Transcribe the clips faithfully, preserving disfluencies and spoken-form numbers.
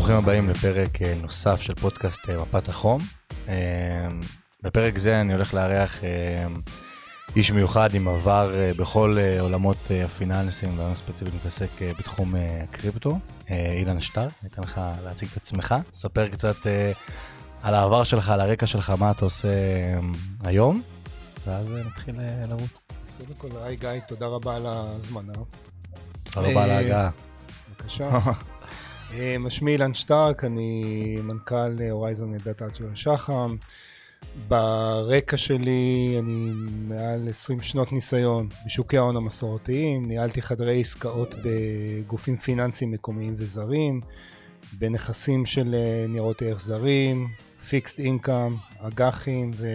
ברוכים הבאים לפרק נוסף של פודקאסט מפת החום. בפרק זה אני הולך לארח איש מיוחד עם עבר בכל עולמות הפיננסים, ואני ספציפית מתעסק בתחום הקריפטו. אילן שטר, ניתן לך להציג את עצמך, ספר קצת על העבר שלך, על הרקע שלך, מה אתה עושה היום, ואז נתחיל לרוץ. אז קודם כל, היי גיא, תודה רבה על ההזמנה. תודה רבה על ההגעה. בבקשה. שמי אילן שטרק, אני מנכ"ל הורייזון בית של שחם. ברקע שלי אני מעל עשרים שנות ניסיון בשוקי ההון המסורתיים, ניהלתי חדרי עסקאות בגופים פיננסיים מקומיים וזרים, בנכסים של ניירות ערך זרים, פיקסט אינקאם, אג"חים ו...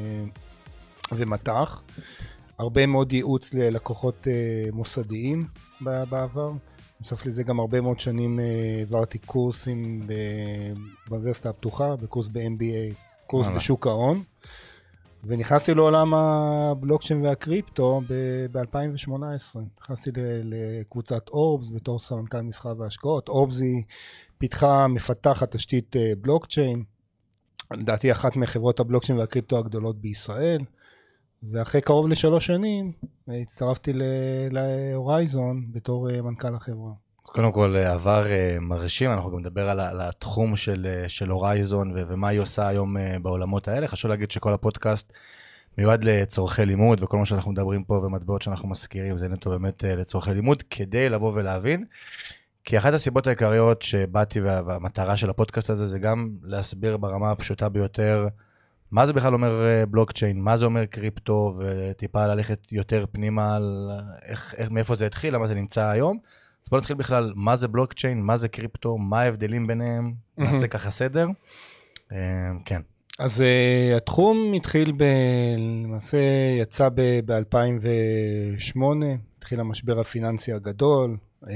ומט"ח. הרבה מאוד ייעוץ ללקוחות מוסדיים בעבר. בסוף לזה גם הרבה מאוד שנים עברתי קורסים באוניברסיטה הפתוחה, בקורס ב-אם בי איי, קורס בשוק ההון, ונכנסתי לעולם הבלוקצ'יין והקריפטו ב-אלפיים שמונה עשרה. נכנסתי לקבוצת אורבס בתור סמנכ"ל מסחר והשקעות. אורבס היא פיתחה, מפתחת תשתית בלוקצ'יין, לדעתי אחת מחברות הבלוקצ'יין והקריפטו הגדולות בישראל, ואחרי קרוב לשלוש שנים הצטרפתי להורייזון בתור מנכ"ל החברה. קודם כל עבר מרשים, אנחנו גם נדבר על התחום של הורייזון ומה היא עושה היום בעולמות האלה. חשוב להגיד שכל הפודקאסט מיועד לצורכי לימוד, וכל מה שאנחנו מדברים פה ומטבעות שאנחנו מזכירים זה נטו באמת לצורכי לימוד, כדי לבוא ולהבין. כי אחת הסיבות העיקריות שבאתי והמטרה של הפודקאסט הזה זה גם להסביר ברמה הפשוטה ביותר מה זה בכלל אומר בלוקצ'יין, מה זה אומר קריפטו, וטיפה ללכת יותר פנימה על איך, איך, מאיפה זה התחיל, למה זה נמצא היום. אז בואו נתחיל בכלל, מה זה בלוקצ'יין, מה זה קריפטו, מה ההבדלים ביניהם, נעשה ככה סדר. כן. אז uh, התחום התחיל, ב... למעשה יצא ב-אלפיים ושמונה, התחיל המשבר הפיננסי הגדול, uh,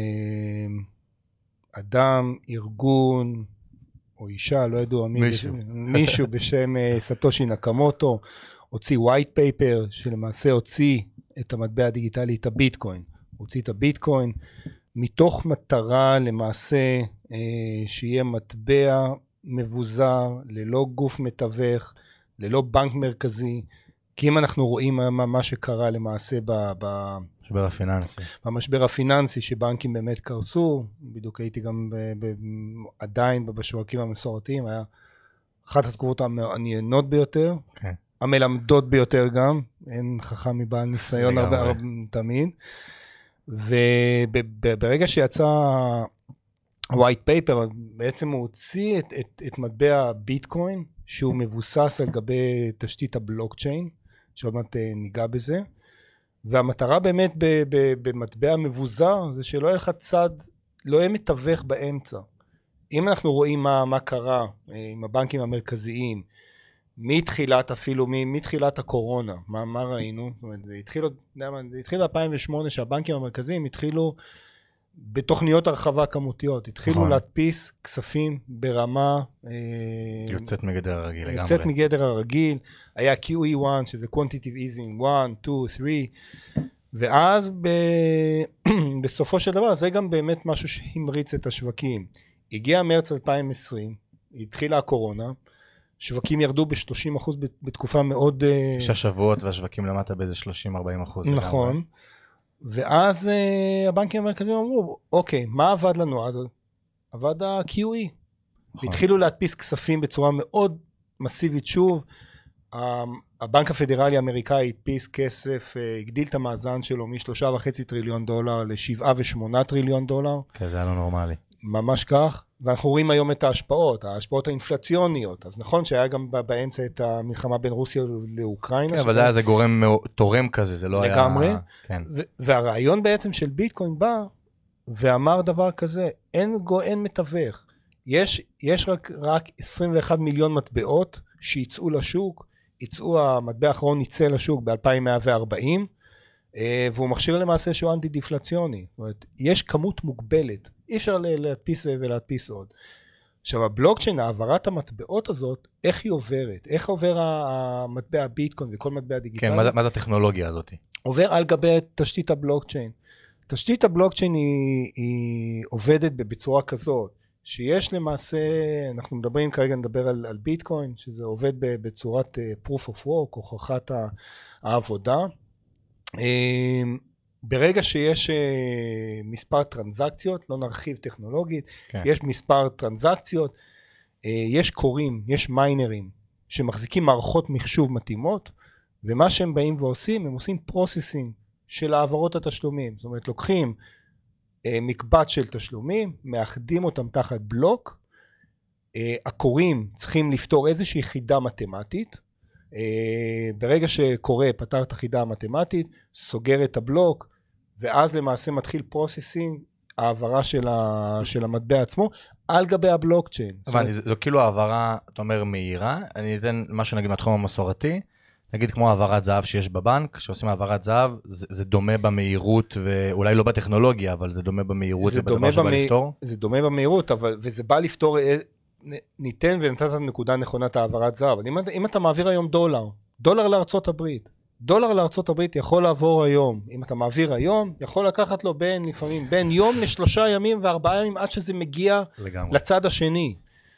אדם, ארגון, או אישה, לא ידוע מי, מישהו, מישהו בשם סטושי נקמוטו, הוציא white paper, שלמעשה הוציא את המטבע הדיגיטלי, את הביטקוין. הוציא את הביטקוין, מתוך מטרה למעשה שיהיה מטבע מבוזר, ללא גוף מתווך, ללא בנק מרכזי, כי אם אנחנו רואים מה שקרה למעשה ב... ב במשבר הפיננסי. במשבר הפיננסי שבנקים באמת קרסו, בדיוק הייתי גם ב, ב, עדיין בשווקים המסורתיים, היה אחת התקופות המעניינות ביותר, okay. המלמדות ביותר גם, אין חכם מבעל ניסיון הרבה, הרבה תמיד, וברגע שיצא white paper, בעצם הוא הוציא את, את, את מטבע ביטקוין, שהוא מבוסס על גבי תשתית הבלוקצ'יין, שעוד מעט ניגע בזה, והמטרה באמת במטבע מבוזר זה שלא יהיה לך צד, לא יהיה מתווך באמצע. אם אנחנו רואים מה, מה קרה עם הבנקים המרכזיים, מתחילת אפילו, מתחילת הקורונה, מה, מה ראינו? זאת אומרת, זה התחיל, זה התחיל ב-אלפיים ושמונה שהבנקים המרכזיים התחילו בתוכניות הרחבה כמותיות, התחילו להדפיס כספים ברמה יוצאת מגדר הרגיל לגמרי. יוצאת מגדר הרגיל, היה קיו אי אחת שזה quantitative easing אחת, שתיים, שלוש, ואז ב... בסופו של דבר זה גם באמת משהו שהמריץ את השווקים. הגיע מרץ אלפיים ועשרים, התחילה הקורונה, שווקים ירדו ב-שלושים אחוז בתקופה מאוד... תשעה שבועות והשווקים למטה באיזה שלושים עד ארבעים אחוז. נכון. לגמרי. ואז uh, הבנקים המרכזיים אמרו, אוקיי, מה עבד לנו? אז עבד ה-קיו אי. נכון. התחילו להדפיס כספים בצורה מאוד מסיבית שוב. הבנק הפדרלי האמריקאי הדפיס כסף, uh, הגדיל את המאזן שלו משלושה וחצי טריליון דולר לשבעה ושמונה טריליון דולר. כן, זה היה לא נורמלי. ממש כך. ואנחנו רואים היום את ההשפעות, ההשפעות האינפלציוניות. אז נכון שהיה גם באמצע את המלחמה בין רוסיה לאוקראינה. כן, אבל זה היה איזה גורם תורם כזה, זה לא היה... לגמרי. והרעיון בעצם של ביטקוין בא ואמר דבר כזה, אין מתווך. יש, יש רק, רק עשרים ואחד מיליון מטבעות שיצאו לשוק, יצאו, המטבע האחרון יצא לשוק ב-אלפיים מאה וארבעים, והוא מכשיר למעשה שהוא אנטי דיפלציוני. זאת אומרת, יש כמות מוגבלת, אי אפשר להדפיס ולהדפיס עוד. עכשיו, הבלוקצ'יין, העברת המטבעות הזאת, איך היא עוברת? איך עובר המטבע הביטקוין וכל מטבע דיגיטלי? כן, מה, מה זה הטכנולוגיה הזאת? עובר על גבי תשתית הבלוקצ'יין. תשתית הבלוקצ'יין היא, היא עובדת בצורה כזאת, שיש למעשה, אנחנו מדברים כרגע, נדבר על, על ביטקוין, שזה עובד בצורת proof of work, הוכחת העבודה. ברגע שיש מספר טרנזקציות, לא נרחיב טכנולוגית, כן. יש מספר טרנזקציות, יש קוראים, יש מיינרים, שמחזיקים מערכות מחשוב מתאימות, ומה שהם באים ועושים, הם עושים פרוססינג של העברות התשלומים. זאת אומרת, לוקחים מקבץ של תשלומים, מאחדים אותם תחת בלוק, הקוראים צריכים לפתור איזושהי חידה מתמטית, ברגע שקורא פתר את החידה המתמטית, סוגר את הבלוק, ואז למעשה מתחיל פרוססינג, העברה של, ה, של המטבע עצמו, על גבי הבלוקצ'יין. אבל זו כאילו העברה, אתה אומר, מהירה, אני אתן משהו נגיד מהתחום המסורתי, נגיד כמו העברת זהב שיש בבנק, שעושים העברת זהב, זה, זה דומה במהירות, ואולי לא בטכנולוגיה, אבל זה דומה במהירות, זה בדבר שבא במה... לפתור? זה דומה במהירות, אבל, וזה בא לפתור, ניתן ונתת נקודה נכונת העברת זהב, אבל אם, אם אתה מעביר היום דולר, דולר לארצות הברית, דולר לארצות הברית יכול לעבור היום, אם אתה מעביר היום, יכול לקחת לו בין, לפעמים, בין יום לשלושה ימים וארבעה ימים, עד שזה מגיע לגמרי. לצד השני.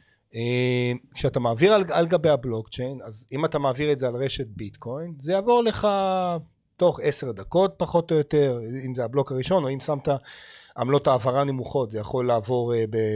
כשאתה מעביר על, על גבי הבלוקצ'יין, אז אם אתה מעביר את זה על רשת ביטקוין, זה יעבור לך תוך עשר דקות פחות או יותר, אם זה הבלוק הראשון, או אם שמת עמלות העברה נמוכות, זה יכול לעבור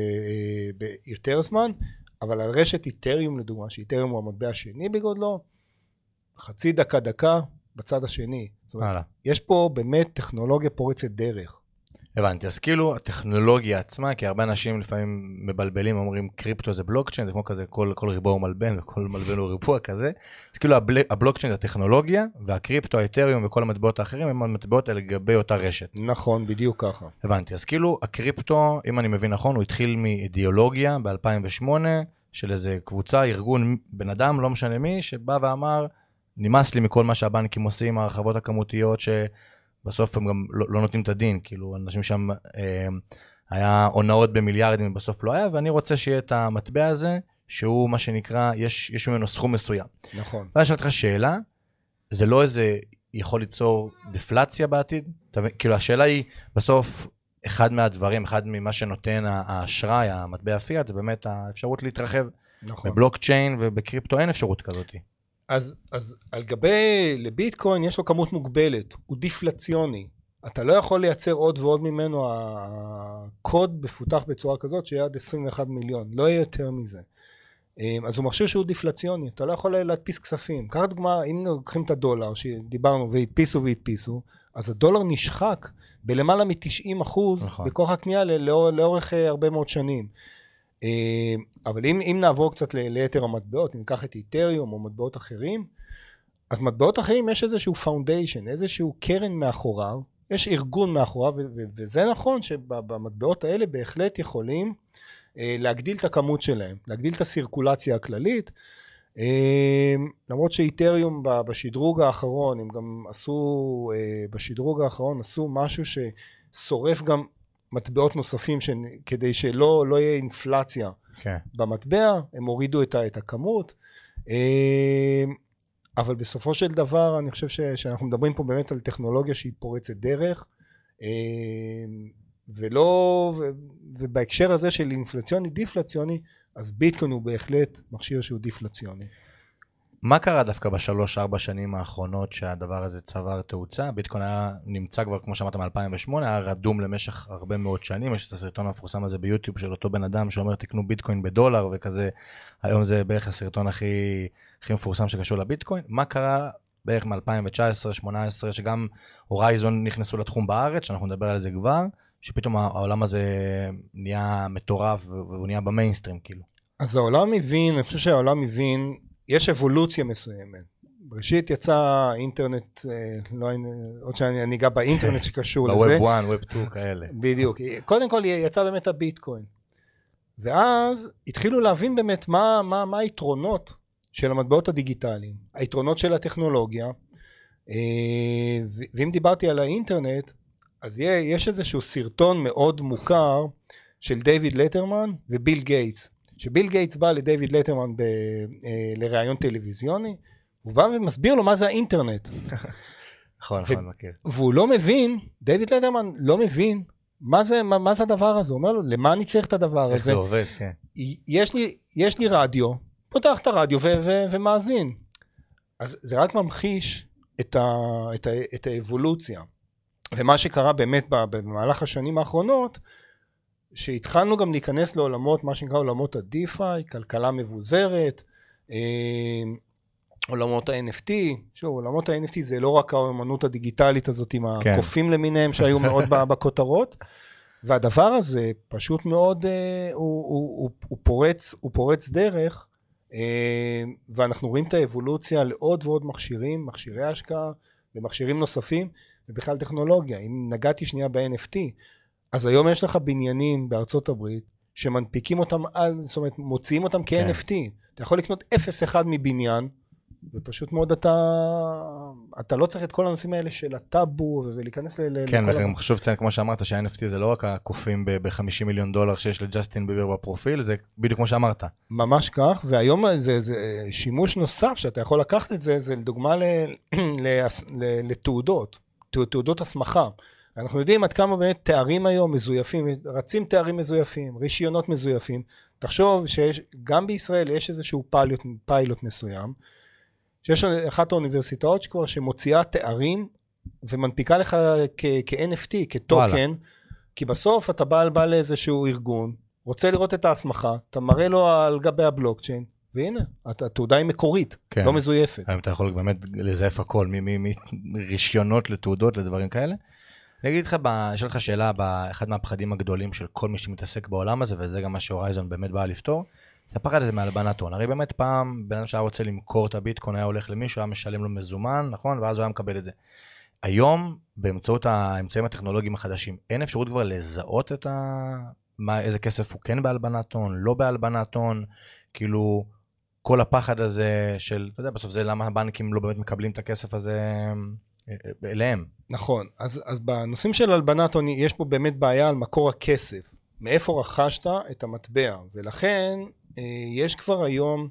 ביותר זמן, אבל על רשת איתריום לדוגמה, שאיתריום הוא המטבע השני בגודלו, חצי דקה דקה בצד השני. זאת אומרת, יש פה באמת טכנולוגיה פורצת דרך. הבנתי, אז כאילו הטכנולוגיה עצמה, כי הרבה אנשים לפעמים מבלבלים, אומרים קריפטו זה בלוקצ'יין, זה כמו כזה, כל, כל ריבוע הוא מלבן וכל מלבן הוא ריבוע כזה, אז כאילו הבלוקצ'יין זה הטכנולוגיה, והקריפטו, האתריום וכל המטבעות האחרים, הם המטבעות על גבי אותה רשת. נכון, בדיוק ככה. הבנתי, אז כאילו הקריפטו, אם אני מבין נכון, הוא התחיל מאידיאולוגיה ב-אלפיים ושמונה, של איזה קבוצה, ארגון, בן אדם, לא משנה מי, שבא ואמר, נמאס לי מכל מה שהבנקים עושים, הרחבות הכמותיות ש... בסוף הם גם לא, לא נותנים את הדין, כאילו אנשים שם אה, היה עונאות במיליארדים ובסוף לא היה, ואני רוצה שיהיה את המטבע הזה, שהוא מה שנקרא, יש, יש ממנו סכום מסוים. נכון. ואני שואל אותך שאלה, זה לא איזה יכול ליצור דפלציה בעתיד? כאילו השאלה היא, בסוף אחד מהדברים, אחד ממה שנותן האשראי, המטבע הפיאט, זה באמת האפשרות להתרחב. נכון. בבלוקצ'יין ובקריפטו אין אפשרות כזאת. אז, אז על גבי לביטקוין יש לו כמות מוגבלת, הוא דיפלציוני. אתה לא יכול לייצר עוד ועוד ממנו, הקוד מפותח בצורה כזאת שיהיה עד עשרים ואחד מיליון, לא יהיה יותר מזה. אז הוא מכשיר שהוא דיפלציוני, אתה לא יכול להדפיס כספים. קח דוגמה, אם לוקחים את הדולר שדיברנו והדפיסו והדפיסו, אז הדולר נשחק בלמעלה מ-תשעים אחוז נכון. בכוח הקנייה לאור, לאורך הרבה מאוד שנים. אבל אם, אם נעבור קצת ליתר המטבעות, אם ניקח את איתריום או מטבעות אחרים, אז מטבעות אחרים יש איזשהו פאונדיישן, איזשהו קרן מאחוריו, יש ארגון מאחוריו, וזה נכון שבמטבעות האלה בהחלט יכולים להגדיל את הכמות שלהם, להגדיל את הסירקולציה הכללית, למרות שאיתריום בשדרוג האחרון, הם גם עשו, בשדרוג האחרון עשו משהו ששורף גם מטבעות נוספים ש... כדי שלא לא יהיה אינפלציה okay. במטבע, הם הורידו את, ה... את הכמות, אבל בסופו של דבר אני חושב ש... שאנחנו מדברים פה באמת על טכנולוגיה שהיא פורצת דרך, ולא, ו... ובהקשר הזה של אינפלציוני דיפלציוני, אז ביטקוין הוא בהחלט מכשיר שהוא דיפלציוני. מה קרה דווקא בשלוש ארבע שנים האחרונות שהדבר הזה צבר תאוצה? ביטקוין היה נמצא כבר, כמו שאמרת, מ-אלפיים ושמונה, היה רדום למשך הרבה מאוד שנים, יש את הסרטון המפורסם הזה ביוטיוב של אותו בן אדם שאומר תקנו ביטקוין בדולר וכזה, היום זה בערך הסרטון הכי, הכי מפורסם שקשור לביטקוין. מה קרה בערך מ-אלפיים תשע עשרה שמונה עשרה, שגם הורייזון נכנסו לתחום בארץ, שאנחנו נדבר על זה כבר, שפתאום העולם הזה נהיה מטורף והוא נהיה במיינסטרים כאילו. אז העולם מבין, אני חושב שהעולם מבין, יש אבולוציה מסוימת. בראשית יצא אינטרנט, לא, עוד שאני אגע באינטרנט שקשור לזה. בווב אחת, ווב שתיים כאלה. בדיוק. קודם כל יצא באמת הביטקוין. ואז התחילו להבין באמת מה, מה, מה היתרונות של המטבעות הדיגיטליים, היתרונות של הטכנולוגיה. ואם דיברתי על האינטרנט, אז יש איזשהו סרטון מאוד מוכר של דיוויד לטרמן וביל גייטס. שביל גייטס בא לדיוויד לטרמן ב, אה, לראיון טלוויזיוני, הוא בא ומסביר לו מה זה האינטרנט. נכון, נכון, מכיר. והוא לא מבין, דיוויד לטרמן לא מבין מה זה, מה, מה זה הדבר הזה? הוא אומר לו, למה אני צריך את הדבר הזה? איך זה עובד, כן. יש לי, יש לי רדיו, פותח את הרדיו ו- ו- ומאזין. אז זה רק ממחיש את, ה- את, ה- את האבולוציה. ומה שקרה באמת במהלך השנים האחרונות, שהתחלנו גם להיכנס לעולמות, מה שנקרא עולמות ה-דיפיי, כלכלה מבוזרת, עולמות ה-אן אף טי, שוב, עולמות ה-אן אף טי זה לא רק האמנות הדיגיטלית הזאת עם הקופים למיניהם שהיו מאוד בכותרות, והדבר הזה פשוט מאוד, הוא, הוא, הוא, הוא, פורץ, הוא פורץ דרך, ואנחנו רואים את האבולוציה לעוד ועוד מכשירים, מכשירי השקעה ומכשירים נוספים, ובכלל טכנולוגיה. אם נגעתי שנייה ב-אן אף טי, אז היום יש לך בניינים בארצות הברית, שמנפיקים אותם, על, זאת אומרת, מוציאים אותם כ-אן אף טי. אתה יכול לקנות אפס אחד מבניין, ופשוט מאוד אתה, אתה לא צריך את כל הנושאים האלה של הטאבו, ולהיכנס ל... כן, וגם חשוב לציין, כמו שאמרת, שה-אן אף טי זה לא רק הקופים ב-חמישים מיליון דולר שיש לג'סטין ביבר בפרופיל, זה בדיוק כמו שאמרת. ממש כך, והיום זה, זה שימוש נוסף שאתה יכול לקחת את זה, זה לדוגמה ל, ל, ל, לתעודות, תעודות הסמכה. אנחנו יודעים עד כמה באמת תארים היום מזויפים, רצים תארים מזויפים, רישיונות מזויפים. תחשוב שגם בישראל יש איזשהו פיילוט, פיילוט מסוים, שיש אחת האוניברסיטאות שכבר שמוציאה תארים ומנפיקה לך כ-אן אף טי, כטוקן, כי בסוף אתה בא, בא לאיזשהו ארגון, רוצה לראות את ההסמכה, אתה מראה לו על גבי הבלוקצ'יין, והנה, התעודה היא מקורית, כן. לא מזויפת. היום אתה יכול באמת לזייף הכל, מרישיונות לתעודות, לדברים כאלה. אני אגיד לך, יש לך שאלה, באחד מהפחדים הגדולים של כל מי שמתעסק בעולם הזה, וזה גם מה שהורייזון באמת בא לפתור, זה הפחד הזה מהלבנת הון. הרי באמת פעם, בן אדם שהיה רוצה למכור את הביטקוין, היה הולך למישהו, היה משלם לו מזומן, נכון? ואז הוא היה מקבל את זה. היום, באמצעות האמצעים הטכנולוגיים החדשים, אין אפשרות כבר לזהות את ה... מה, איזה כסף הוא כן בהלבנת הון, לא בהלבנת הון, כאילו, כל הפחד הזה של, אתה יודע, בסוף זה למה הבנקים לא באמת מקבלים את הכסף הזה אליהם. נכון, אז, אז בנושאים של הלבנת הון, יש פה באמת בעיה על מקור הכסף. מאיפה רכשת את המטבע, ולכן יש כבר היום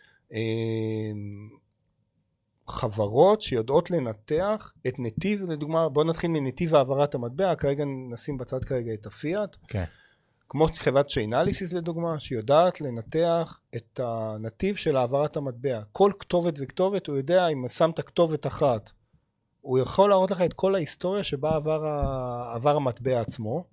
חברות שיודעות לנתח את נתיב, לדוגמה, בואו נתחיל מנתיב העברת המטבע, כרגע נשים בצד כרגע את הפיאט, okay. כמו חברת שיינליסיס לדוגמה, שיודעת לנתח את הנתיב של העברת המטבע. כל כתובת וכתובת, הוא יודע אם שמת כתובת אחת, הוא יכול להראות לך את כל ההיסטוריה שבה עבר, עבר המטבע עצמו,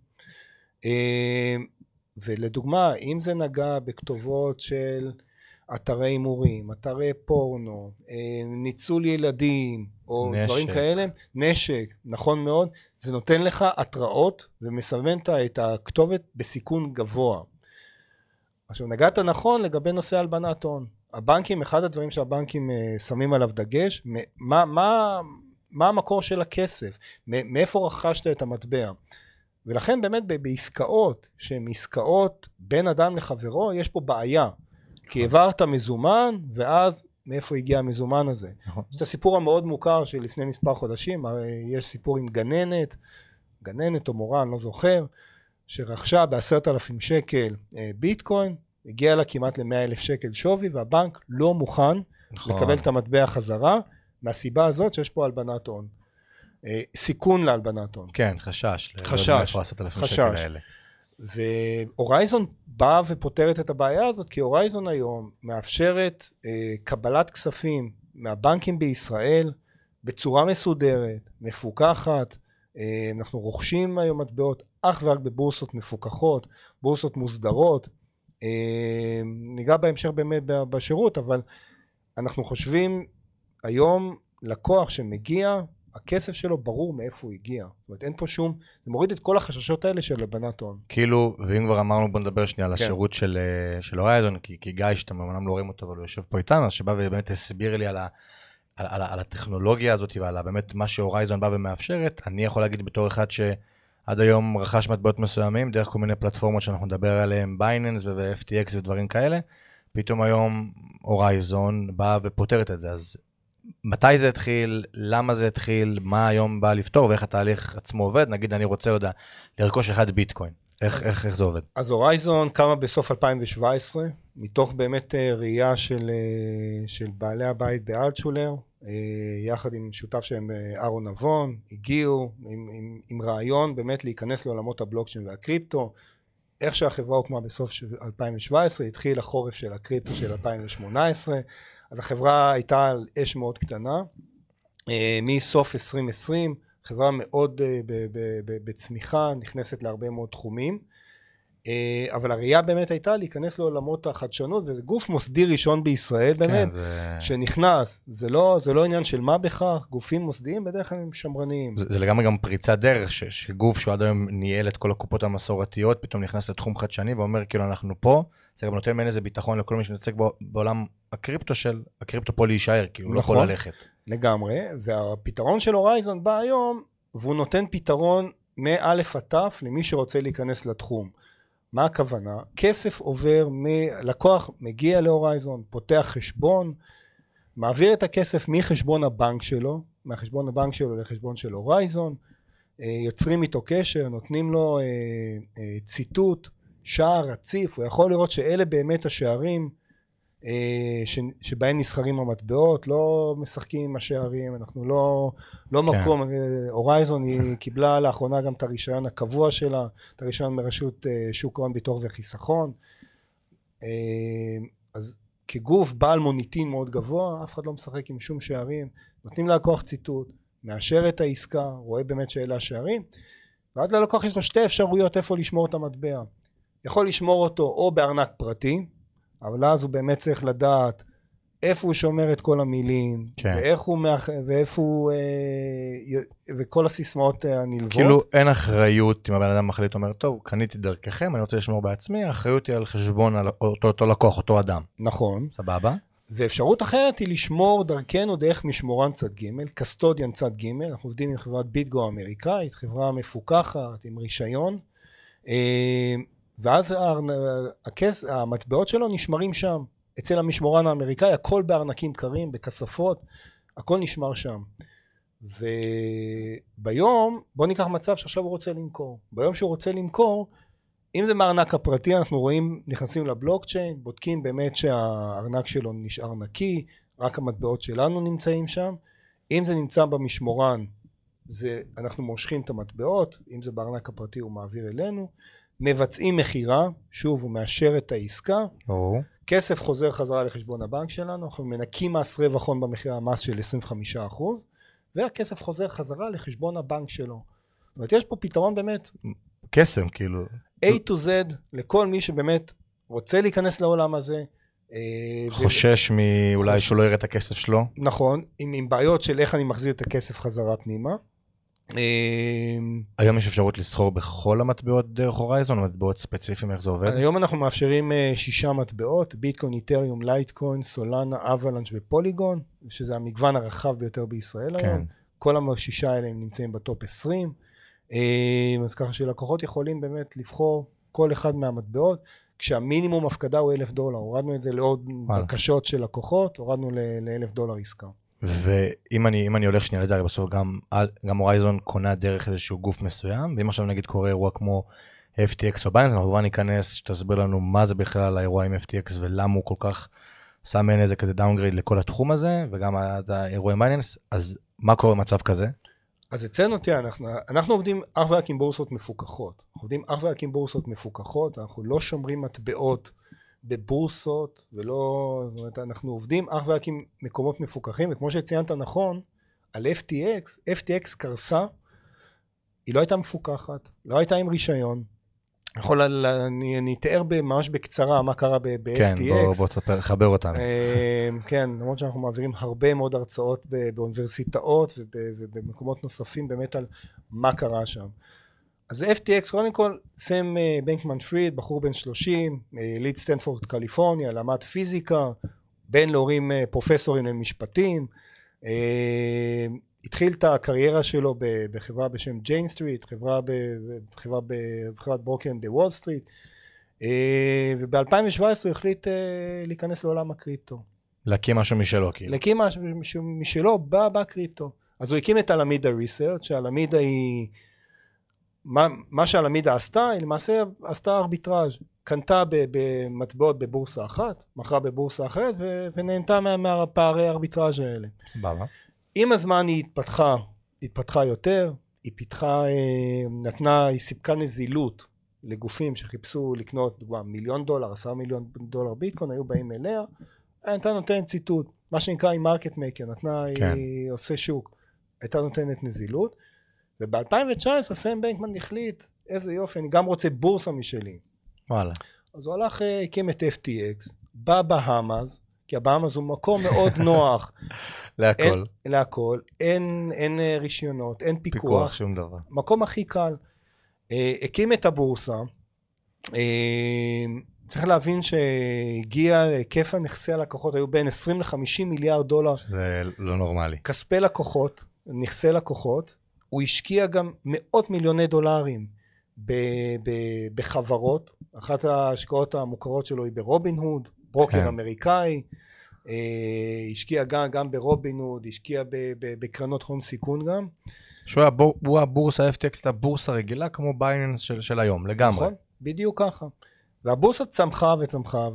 ולדוגמה, אם זה נגע בכתובות של אתרי הימורים, אתרי פורנו, ניצול ילדים, או נשק. דברים כאלה, נשק, נכון מאוד, זה נותן לך התראות ומסמן את הכתובת בסיכון גבוה. עכשיו, נגעת נכון לגבי נושא הלבנת הון. הבנקים, אחד הדברים שהבנקים שמים עליו דגש, מה, מה, מה המקור של הכסף? מאיפה רכשת את המטבע? ולכן באמת בעסקאות, שהן עסקאות בין אדם לחברו, יש פה בעיה. כי העברת מזומן, ואז מאיפה הגיע המזומן הזה. זה הסיפור המאוד מוכר שלפני מספר חודשים, יש סיפור עם גננת, גננת או מורה, אני לא זוכר, שרכשה בעשרת אלפים שקל ביטקוין, הגיע לה כמעט למאה אלף שקל שווי, והבנק לא מוכן לקבל את המטבע חזרה, מהסיבה הזאת שיש פה הלבנת הון. סיכון להלבנת הון. כן, חשש. חשש, חשש. והורייזון באה ופותרת את הבעיה הזאת, כי הורייזון היום מאפשרת אה, קבלת כספים מהבנקים בישראל, בצורה מסודרת, מפוקחת, אה, אנחנו רוכשים היום מטבעות אך ורק בבורסות מפוקחות, בורסות מוסדרות, אה, ניגע בהמשך באמת בשירות, אבל אנחנו חושבים היום לקוח שמגיע, הכסף שלו ברור מאיפה הוא הגיע. זאת אומרת, אין פה שום, זה מוריד את כל החששות האלה של הלבנת הון. כאילו, ואם כבר אמרנו, בוא נדבר שנייה על השירות של הורייזון, כי גיא, שאתם אמנם לא רואים אותו, אבל הוא יושב פה איתנו, אז שבא ובאמת הסביר לי על הטכנולוגיה הזאת, ועל באמת מה שהורייזון בא ומאפשרת. אני יכול להגיד בתור אחד שעד היום רכש מטבעות מסוימים, דרך כל מיני פלטפורמות שאנחנו נדבר עליהן, בייננס ו-אף טי אקס ודברים כאלה, פתאום היום הורייזון בא ופותרת את זה. אז מתי זה התחיל, למה זה התחיל, מה היום בא לפתור ואיך התהליך עצמו עובד? נגיד אני רוצה לדע, לרכוש אחד ביטקוין, איך, איך, איך זה עובד? אז הורייזון קמה בסוף אלפיים שבע עשרה, מתוך באמת ראייה של, של בעלי הבית באלטשולר, יחד עם שותף שהם אהרון נבון, הגיעו עם, עם, עם רעיון באמת להיכנס לעולמות הבלוקצ'יין והקריפטו. איך שהחברה הוקמה בסוף אלפיים שבע עשרה, התחיל החורף של הקריפטו של אלפיים שמונה עשרה, אז החברה הייתה על אש מאוד קטנה, מסוף עשרים עשרים, חברה מאוד בצמיחה, נכנסת להרבה מאוד תחומים, אבל הראייה באמת הייתה להיכנס לעולמות החדשנות, וזה גוף מוסדי ראשון בישראל באמת, כן, זה... שנכנס, זה לא, זה לא עניין של מה בכך, גופים מוסדיים בדרך כלל הם שמרניים. זה, זה לגמרי גם פריצת דרך, ש, שגוף שעד היום ניהל את כל הקופות המסורתיות, פתאום נכנס לתחום חדשני, ואומר כאילו אנחנו פה, זה גם נותן מעין איזה ביטחון לכל מי שמתעסק בעולם הקריפטו של, הקריפטו פה להישאר, כי הוא נכון, לא יכול ללכת. לגמרי, והפתרון של הורייזון בא היום, והוא נותן פתרון מאלף עד תף למי שרוצה להיכנס לתחום. מה הכוונה? כסף עובר, לקוח מגיע להורייזון, פותח חשבון, מעביר את הכסף מחשבון הבנק שלו, מהחשבון הבנק שלו לחשבון של הורייזון, יוצרים איתו קשר, נותנים לו ציטוט, שער, רציף, הוא יכול לראות שאלה באמת השערים שבהם נסחרים המטבעות, לא משחקים עם השערים, אנחנו לא, לא מקום, הורייזון היא קיבלה לאחרונה גם את הרישיון הקבוע שלה, את הרישיון מרשות שוק ההון ביטוח וחיסכון, אז כגוף בעל מוניטין מאוד גבוה, אף אחד לא משחק עם שום שערים, נותנים ללקוח ציטוט, מאשר את העסקה, רואה באמת שאלה השערים, ואז ללקוח יש לו שתי אפשרויות איפה לשמור את המטבע, יכול לשמור אותו או בארנק פרטי, אבל אז הוא באמת צריך לדעת איפה הוא שומר את כל המילים, כן. ואיך הוא, מאח... ואיפה הוא, אה... וכל הסיסמאות הנלוות. כאילו אין אחריות, אם הבן אדם מחליט, אומר, טוב, קניתי דרככם, אני רוצה לשמור בעצמי, האחריות היא על חשבון על אותו, אותו לקוח, אותו אדם. נכון. סבבה. ואפשרות אחרת היא לשמור דרכנו דרך משמורן צד ג', קסטודיאן צד ג', אנחנו עובדים עם חברת ביטגו האמריקאית, חברה מפוקחת, עם רישיון, אה... ואז הכס, המטבעות שלו נשמרים שם, אצל המשמורן האמריקאי, הכל בארנקים קרים, בכספות, הכל נשמר שם. וביום, בוא ניקח מצב שעכשיו הוא רוצה למכור. ביום שהוא רוצה למכור, אם זה מהארנק הפרטי, אנחנו רואים, נכנסים לבלוקצ'יין, בודקים באמת שהארנק שלו נשאר נקי, רק המטבעות שלנו נמצאים שם. אם זה נמצא במשמורן, זה, אנחנו מושכים את המטבעות, אם זה בארנק הפרטי הוא מעביר אלינו. מבצעים מחירה, שוב הוא מאשר את העסקה, oh. כסף חוזר חזרה לחשבון הבנק שלנו, אנחנו מנקים מס רווח הון במחיר המס של עשרים וחמישה אחוז, והכסף חוזר חזרה לחשבון הבנק שלו. זאת אומרת, יש פה פתרון באמת, קסם כאילו. A to Z, לכל מי שבאמת רוצה להיכנס לעולם הזה. חושש מאולי שהוא לא יראה את הכסף שלו. נכון, עם, עם בעיות של איך אני מחזיר את הכסף חזרה פנימה. היום יש אפשרות לסחור בכל המטבעות דרך הורייזון, או מטבעות ספציפיים, איך זה עובד? היום אנחנו מאפשרים שישה מטבעות, ביטקוין, איתריום, לייטקוין, סולנה, אבלנץ' ופוליגון, שזה המגוון הרחב ביותר בישראל היום. כל השישה האלה נמצאים בטופ עשרים, אז ככה שלקוחות יכולים באמת לבחור כל אחד מהמטבעות, כשהמינימום הפקדה הוא אלף דולר, הורדנו את זה לעוד בקשות של לקוחות, הורדנו לאלף דולר עסקה. ואם אני, אם אני הולך שנייה לזה, הרי בסוף גם, גם הורייזון קונה דרך איזשהו גוף מסוים, ואם עכשיו נגיד קורה אירוע כמו אף טי אקס או בייננס, אנחנו כבר ניכנס, שתסביר לנו מה זה בכלל האירוע עם אף טי אקס, ולמה הוא כל כך שם מעין איזה כזה דאונגרייד לכל התחום הזה, וגם האירוע עם בייננס, אז מה קורה במצב כזה? אז אצלנו, תראה, אנחנו, אנחנו עובדים אך ורק עם בורסות מפוקחות, אנחנו עובדים אך ורק עם בורסות מפוקחות, אנחנו לא שומרים מטבעות, בבורסות, ולא, זאת אומרת, אנחנו עובדים אך ורק עם מקומות מפוקחים, וכמו שציינת נכון, על אף טי אקס, אף טי אקס קרסה, היא לא הייתה מפוקחת, לא הייתה עם רישיון, יכול, אני, אני אתאר ממש בקצרה מה קרה ב-אף טי אקס. כן, בוא, בוא תספר, חבר אותנו. כן, למרות שאנחנו מעבירים הרבה מאוד הרצאות באוניברסיטאות ובמקומות נוספים באמת על מה קרה שם. אז אף טי אקס, קודם כל, סם בנקמן פריד, בחור בן שלושים, ליד סטנפורד קליפורניה, למד פיזיקה, בן להורים פרופסורים למשפטים, התחיל את הקריירה שלו בחברה בשם ג'יין סטריט, חברה בחברת ברוקרים בוול סטריט, וב-אלפיים שבע עשרה הוא החליט להיכנס לעולם הקריפטו. להקים משהו משלו, כאילו. להקים משהו משלו בקריפטו. אז הוא הקים את אלמידה ריסרצ', שאלמידה היא... מה, מה שהלמידה עשתה, היא למעשה עשתה ארביטראז'. קנתה במטבעות בבורסה אחת, מכרה בבורסה אחרת, ונהנתה מהפערי הארביטראז' האלה. סבבה. עם הזמן היא התפתחה, התפתחה יותר, היא פיתחה, נתנה, היא סיפקה נזילות לגופים שחיפשו לקנות, דוגמה, מיליון דולר, עשרה מיליון דולר ביטקוין, היו באים אליה, הייתה נותנת ציטוט, מה שנקרא היא מרקט מייקר, נתנה, כן. היא עושה שוק, הייתה נותנת נזילות, וב-אלפיים תשע עשרה סם בנקמן החליט, איזה יופי, אני גם רוצה בורסה משלי. וואלה. אז הוא הלך, הקים את אף טי אקס, בבהאמאז, כי הבהאמאז הוא מקום מאוד נוח. להכל. אין, להכל, אין, אין רישיונות, אין פיקוח. פיקוח, שום דבר. מקום הכי קל. הקים את הבורסה, צריך להבין שהגיע להיקף הנכסי הלקוחות, היו בין עשרים לחמישים מיליארד דולר. זה לא נורמלי. כספי לקוחות, נכסי לקוחות, הוא השקיע גם מאות מיליוני דולרים ב- ב- בחברות, אחת ההשקעות המוכרות שלו היא ברובין הוד, ברוקר כן. אמריקאי, השקיע גם, גם ברובין הוד, השקיע ב- ב- בקרנות הון סיכון גם. שהוא הבור, הוא הבורסה, אף טי אקס, הבורסה רגילה כמו בייננס של, של היום, לגמרי. נכון, בדיוק ככה. והבורסה צמחה וצמחה,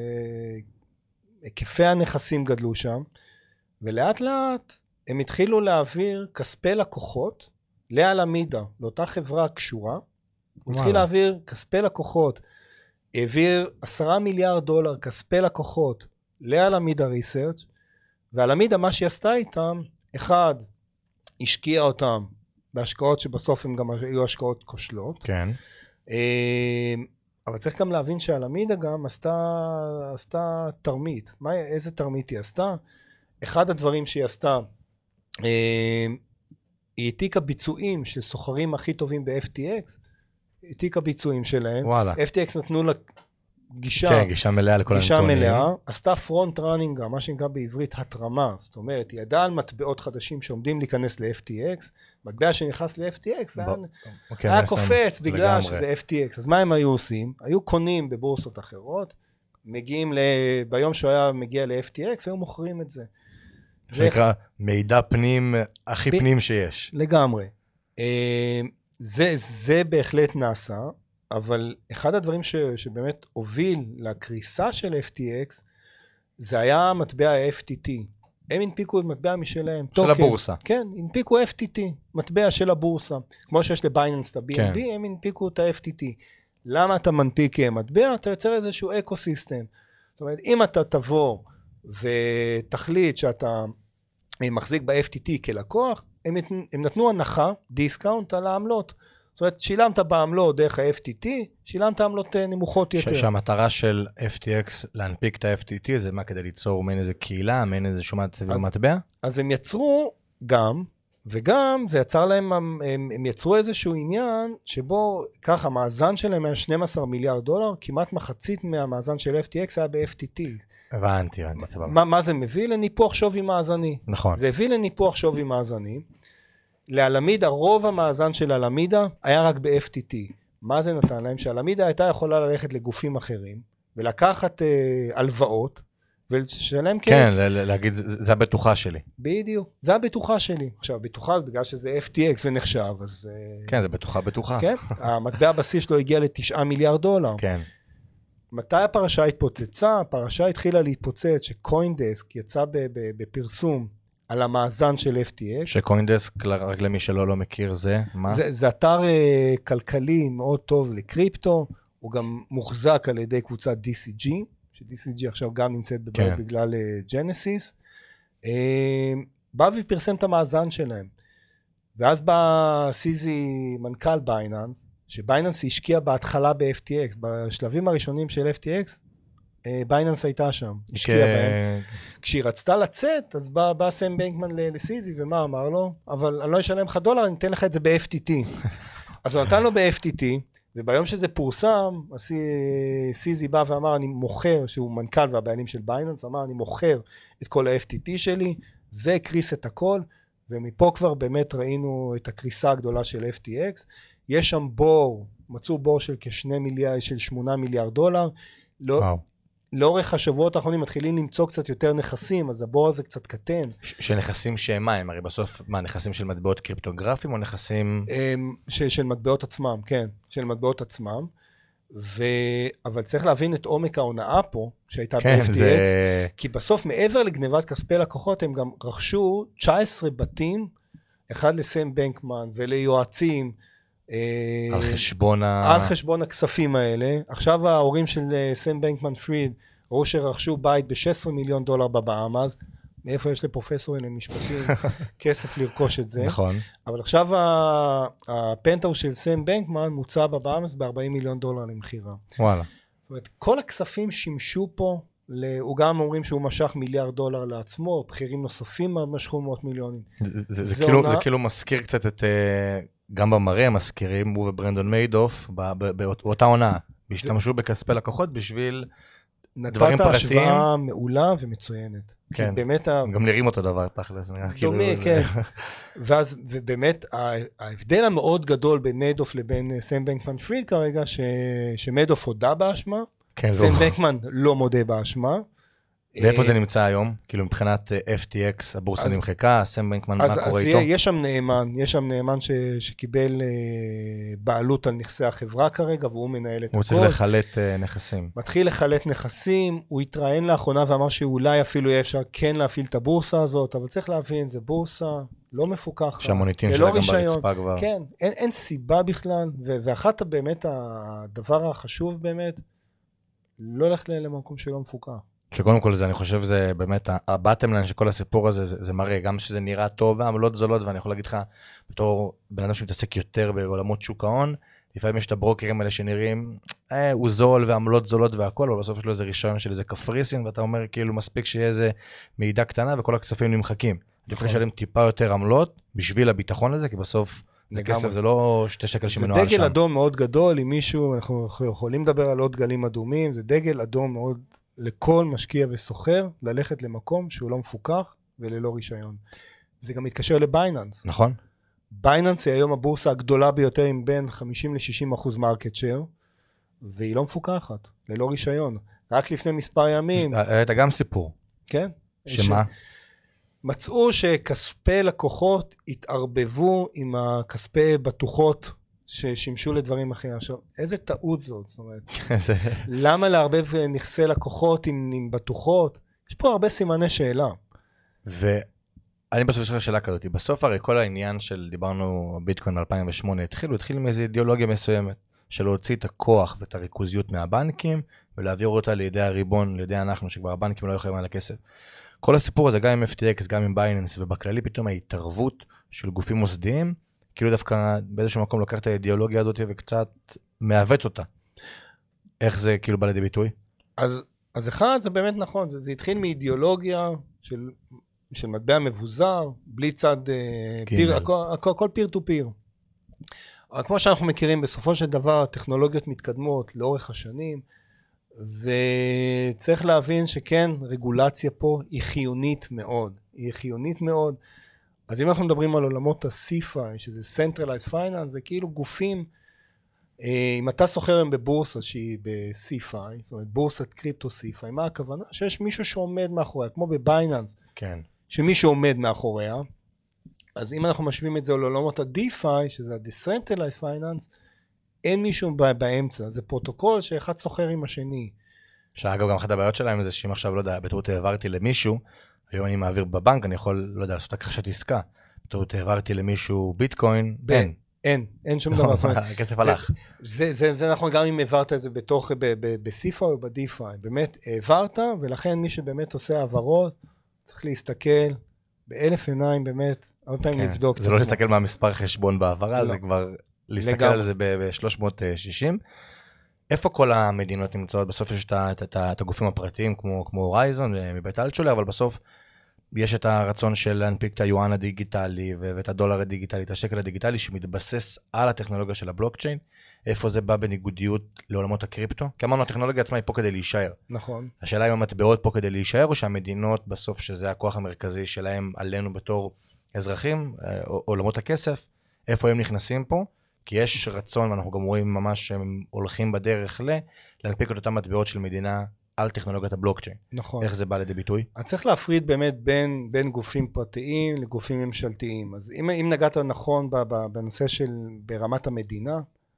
והיקפי הנכסים גדלו שם, ולאט לאט הם התחילו להעביר כספי לקוחות לאלמידה, לאותה חברה קשורה, הוא התחיל להעביר כספי לקוחות, העביר עשרה מיליארד דולר כספי לקוחות לאלמידה ריסרצ', ואלמידה מה שהיא עשתה איתם, אחד, השקיע אותם בהשקעות שבסוף הם גם היו השקעות כושלות, כן. אבל צריך גם להבין שהלמידה גם עשתה, עשתה תרמית. מה, איזה תרמית היא עשתה? אחד הדברים שהיא עשתה, היא העתיקה ביצועים של סוחרים הכי טובים ב-אף טי אקס, העתיקה ביצועים שלהם. וואלה. אף טי אקס נתנו לה גישה, כן, גישה מלאה לכל גישה הנתונים. מלאה, עשתה פרונט ראנינג, מה שנקרא בעברית התרמה, זאת אומרת, היא ידעה על מטבעות חדשים שעומדים להיכנס ל-אף טי אקס, מטבע שנכנס ל-אף טי אקס, היה, אוקיי, היה קופץ בגלל לגמרי. שזה אף טי אקס, אז מה הם היו עושים? היו קונים בבורסות אחרות, מגיעים, ל... ביום שהוא היה מגיע ל-אף טי אקס, היו מוכרים את זה. זה נקרא מידע פנים, הכי ב... פנים שיש. לגמרי. זה, זה בהחלט נעשה, אבל אחד הדברים ש, שבאמת הוביל לקריסה של אף טי אקס, זה היה מטבע ה-אף טי טי. הם הנפיקו את מטבע משלהם. של טוקן. הבורסה. כן, הנפיקו אף טי טי, מטבע של הבורסה. כמו שיש לבייננס את ה-בי אן בי, כן. הם הנפיקו את ה-אף טי טי. למה אתה מנפיק מטבע? אתה יוצר איזשהו אקוסיסטם. זאת אומרת, אם אתה תבוא ותחליט שאתה מחזיק ב-אף טי טי כלקוח, הם, הם נתנו הנחה, דיסקאונט על העמלות. זאת אומרת, שילמת בעמלות דרך ה-אף טי טי, שילמת עמלות נמוכות יותר. שהמטרה של אף טי אקס להנפיק את ה-אף טי טי, זה מה כדי ליצור מעין איזה קהילה, מעין איזה שומת צביר מטבע? אז הם יצרו גם, וגם זה יצר להם, הם, הם יצרו איזשהו עניין, שבו ככה, המאזן שלהם היה שנים עשר מיליארד דולר, כמעט מחצית מהמאזן של אף טי אקס היה ב-אף טי טי. הבנתי, הבנתי, סבבה. מה, מה זה מביא? לניפוח שווי מאזני. נכון. זה הביא לניפוח שווי מאזני. לאלמידה, רוב המאזן של אלמידה היה רק ב-אף טי טי. מה זה נתן להם? שאלמידה הייתה יכולה ללכת לגופים אחרים, ולקחת אה, הלוואות, ולשלם כסף. כן, להגיד, זה, זה הבטוחה שלי. בדיוק, זה הבטוחה שלי. עכשיו, הבטוחה זה בגלל שזה אף טי אקס ונחשב, אז... כן, זה בטוחה, בטוחה. כן, המטבע הבסיס שלו הגיע לתשעה מיליארד דולר. כן. מתי הפרשה התפוצצה? הפרשה התחילה להתפוצץ, שקוינדסק יצא בפרסום, על המאזן של אף טי אקס. שקוינדסק, רק למי שלא לא מכיר, זה מה? זה, זה אתר uh, כלכלי מאוד טוב לקריפטו, הוא גם מוחזק על ידי קבוצת די סי ג'י, ש-די סי ג'י עכשיו גם נמצאת בבית כן. בגלל ג'נסיס, uh, בא ופרסם את המאזן שלהם, ואז בא סיזי מנכ"ל בייננס, שבייננס השקיע בהתחלה ב-אף טי אקס, בשלבים הראשונים של אף טי אקס, בייננס הייתה שם, השקיעה בהם. כשהיא רצתה לצאת, אז בא, בא סם בנקמן לסיזי, ומה אמר לו? אבל אני לא אשלם לך דולר, אני אתן לך את זה ב-אף טי טי. אז הוא נתן לו ב-אף טי טי, וביום שזה פורסם, סיזי בא ואמר, אני מוכר, שהוא מנכ"ל והבעלים של בייננס, אמר, אני מוכר את כל ה-אף טי טי שלי, זה הקריס את הכל, ומפה כבר באמת ראינו את הקריסה הגדולה של אף טי אקס. יש שם בור, מצאו בור של כשני מיליארד, של שמונה מיליארד דולר, לא... וואו. לאורך השבועות האחרונים מתחילים למצוא קצת יותר נכסים, אז הבור הזה קצת קטן. שנכסים שהם מה הם? הרי בסוף, מה, נכסים של מטבעות קריפטוגרפיים או נכסים... של, של מטבעות עצמם, כן, של מטבעות עצמם. ו... אבל צריך להבין את עומק ההונאה פה, שהייתה כן, ב-אף טי אקס, זה... כי בסוף מעבר לגנבת כספי לקוחות, הם גם רכשו תשע עשרה בתים, אחד לסם בנקמן וליועצים, על חשבון ה... על חשבון הכספים האלה. עכשיו ההורים של סם בנקמן פריד, ראו שרכשו בית ב-שישה עשר מיליון דולר בבאמאז, מאיפה יש לפרופסורים למשפטים כסף לרכוש את זה. נכון. אבל עכשיו הפנטהאוס של סם בנקמן מוצע בבאמאז ב-ארבעים מיליון דולר למחירה. וואלה. זאת אומרת, כל הכספים שימשו פה, הוא גם אומרים שהוא משך מיליארד דולר לעצמו, בכירים נוספים משכו מאות מיליונים. זה, זה, זה, כאילו, זה כאילו מזכיר קצת את, גם במראה מזכירים, הוא וברנדון מיידוף, באותה עונה, השתמשו בכספי לקוחות בשביל דברים פרטיים. נתת השוואה מעולה ומצוינת. כן, באמת גם נראים אותו דבר תכל'ס. דומה, כן. ואז, ובאמת, ההבדל המאוד גדול בין מיידוף לבין סם בנקמן פריד כרגע, שמיידוף הודה באשמה, סם בנקמן לא מודה באשמה. ואיפה זה נמצא היום? כאילו מבחינת אף טי אקס, הבורסה נמחקה, סם בנקמן, מה קורה איתו? אז יש שם נאמן, יש שם נאמן שקיבל בעלות על נכסי החברה כרגע, והוא מנהל את הכל. הוא צריך לחלט נכסים. מתחיל לחלט נכסים, הוא התראיין לאחרונה ואמר שאולי אפילו יהיה אפשר כן להפעיל את הבורסה הזאת, אבל צריך להבין, זה בורסה לא מפוקחת. שהמוניטין שלה גם ברצפה כבר. כן, אין, אין סיבה בכלל, ואחת באמת הדבר החשוב באמת, לא ללכת למקום שלא מפוקח. שקודם כל זה, אני חושב, זה באמת, הבטם ליין של כל הסיפור הזה, זה, זה מראה, גם שזה נראה טוב, ועמלות זולות, ואני יכול להגיד לך, בתור בן אדם שמתעסק יותר בעולמות שוק ההון, לפעמים יש את הברוקרים האלה שנראים, אה, הוא זול, ועמלות זולות והכל, אבל בסוף יש לו איזה רישיון של איזה קפריסין, ואתה אומר, כאילו, מספיק שיהיה איזה מידע קטנה, וכל הכספים נמחקים. לפני לשלם טיפה יותר עמלות, בשביל הביטחון הזה, כי בסוף זה כסף, זה לא שתי שקל שמנוהל שם. זה דגל אדום מאוד גדול, אם מישהו, אנחנו יכולים לדבר על עוד גלים אדומים, זה דגל אדום מאוד לכל משקיע וסוחר, ללכת למקום שהוא לא מפוקח וללא רישיון. זה גם מתקשר לבייננס. נכון. בייננס היא היום הבורסה הגדולה ביותר עם בין חמישים ל-שישים אחוז מרקט שייר, והיא לא מפוקחת, ללא רישיון. רק לפני מספר ימים. הייתה גם סיפור. כן. שמה? מצאו שכספי לקוחות התערבבו עם הכספי בטוחות ששימשו לדברים אחרים. עכשיו, איזה טעות זאת? זאת אומרת, למה להרבב נכסי לקוחות עם, עם בטוחות? יש פה הרבה סימני שאלה. ואני בסוף יש שאלה כזאת. בסוף הרי כל העניין של, דיברנו ביטקוין ב-אלפיים ושמונה, התחילו, התחיל עם איזו אידיאולוגיה מסוימת, של להוציא את הכוח ואת הריכוזיות מהבנקים, ולהעביר אותה לידי הריבון, לידי אנחנו, שכבר הבנקים לא יכולים על הכסף. כל הסיפור הזה, גם עם אף טי אקס, גם עם בייננס, ובכללי פתאום ההתערבות של גופים מוסדיים, כאילו דווקא באיזשהו מקום לוקח את האידיאולוגיה הזאת וקצת מעוות אותה. איך זה כאילו בא לידי ביטוי? אז, אז אחד, זה באמת נכון, זה, זה התחיל מאידיאולוגיה של, של מטבע מבוזר, בלי צד, פיר, הכל, הכל, הכל פיר טו פיר. אבל כמו שאנחנו מכירים, בסופו של דבר, טכנולוגיות מתקדמות לאורך השנים, וצריך להבין שכן, רגולציה פה היא חיונית מאוד, היא חיונית מאוד. אז אם אנחנו מדברים על עולמות ה-סי אף איי, שזה Centralized Finance, זה כאילו גופים, אם אתה סוחר הם בבורסה שהיא ב-סי אף איי, זאת אומרת בורסת קריפטו סי אף איי, מה הכוונה? שיש מישהו שעומד מאחוריה, כמו בבייננס, כן. שמישהו עומד מאחוריה, אז אם אנחנו משווים את זה לעולמות ה-די אף איי, שזה ה-Decentralized Finance, אין מישהו באמצע, זה פרוטוקול שאחד סוחר עם השני. שאגב גם אחת הבעיות שלהם זה שאם עכשיו, לא יודע, בטעות העברתי למישהו, היום אני מעביר בבנק, אני יכול, לא יודע, לעשות הכחשת עסקה. בטעות העברתי למישהו ביטקוין, אין. אין, אין שום דבר. הכסף הלך. זה, זה, זה נכון גם אם העברת את זה בתוך, ב-סי אף איי או ב-די אף איי. באמת העברת, ולכן מי שבאמת עושה העברות, צריך להסתכל באלף עיניים, באמת, הרבה פעמים לבדוק. זה לא להסתכל מהמספר חשבון בעברה, זה כבר להסתכל על זה ב-שלוש מאות שישים. איפה כל המדינות נמצאות? בסוף יש את הגופים הפרטיים, כמו הורייזון, מבית אלטשולר, אבל בסוף יש את הרצון של להנפיק את היואן הדיגיטלי, ואת הדולר הדיגיטלי, את השקל הדיגיטלי, שמתבסס על הטכנולוגיה של הבלוקצ'יין. איפה זה בא בניגודיות לעולמות הקריפטו? כי אמרנו, הטכנולוגיה עצמה היא פה כדי להישאר. נכון. השאלה היא אם המטבעות פה כדי להישאר, או שהמדינות בסוף, שזה הכוח המרכזי שלהם עלינו בתור אזרחים, עולמות הכסף, איפה הם נכנסים פה? כי יש רצון, ואנחנו גם רואים ממש שהם הולכים בדרך ל, להנפיק את אותם מטבעות של מדינה על טכנולוגיית הבלוקצ'יין. נכון. איך זה בא לידי ביטוי? אז צריך להפריד באמת בין, בין גופים פרטיים לגופים ממשלתיים. אז אם, אם נגעת נכון בנושא של ברמת המדינה,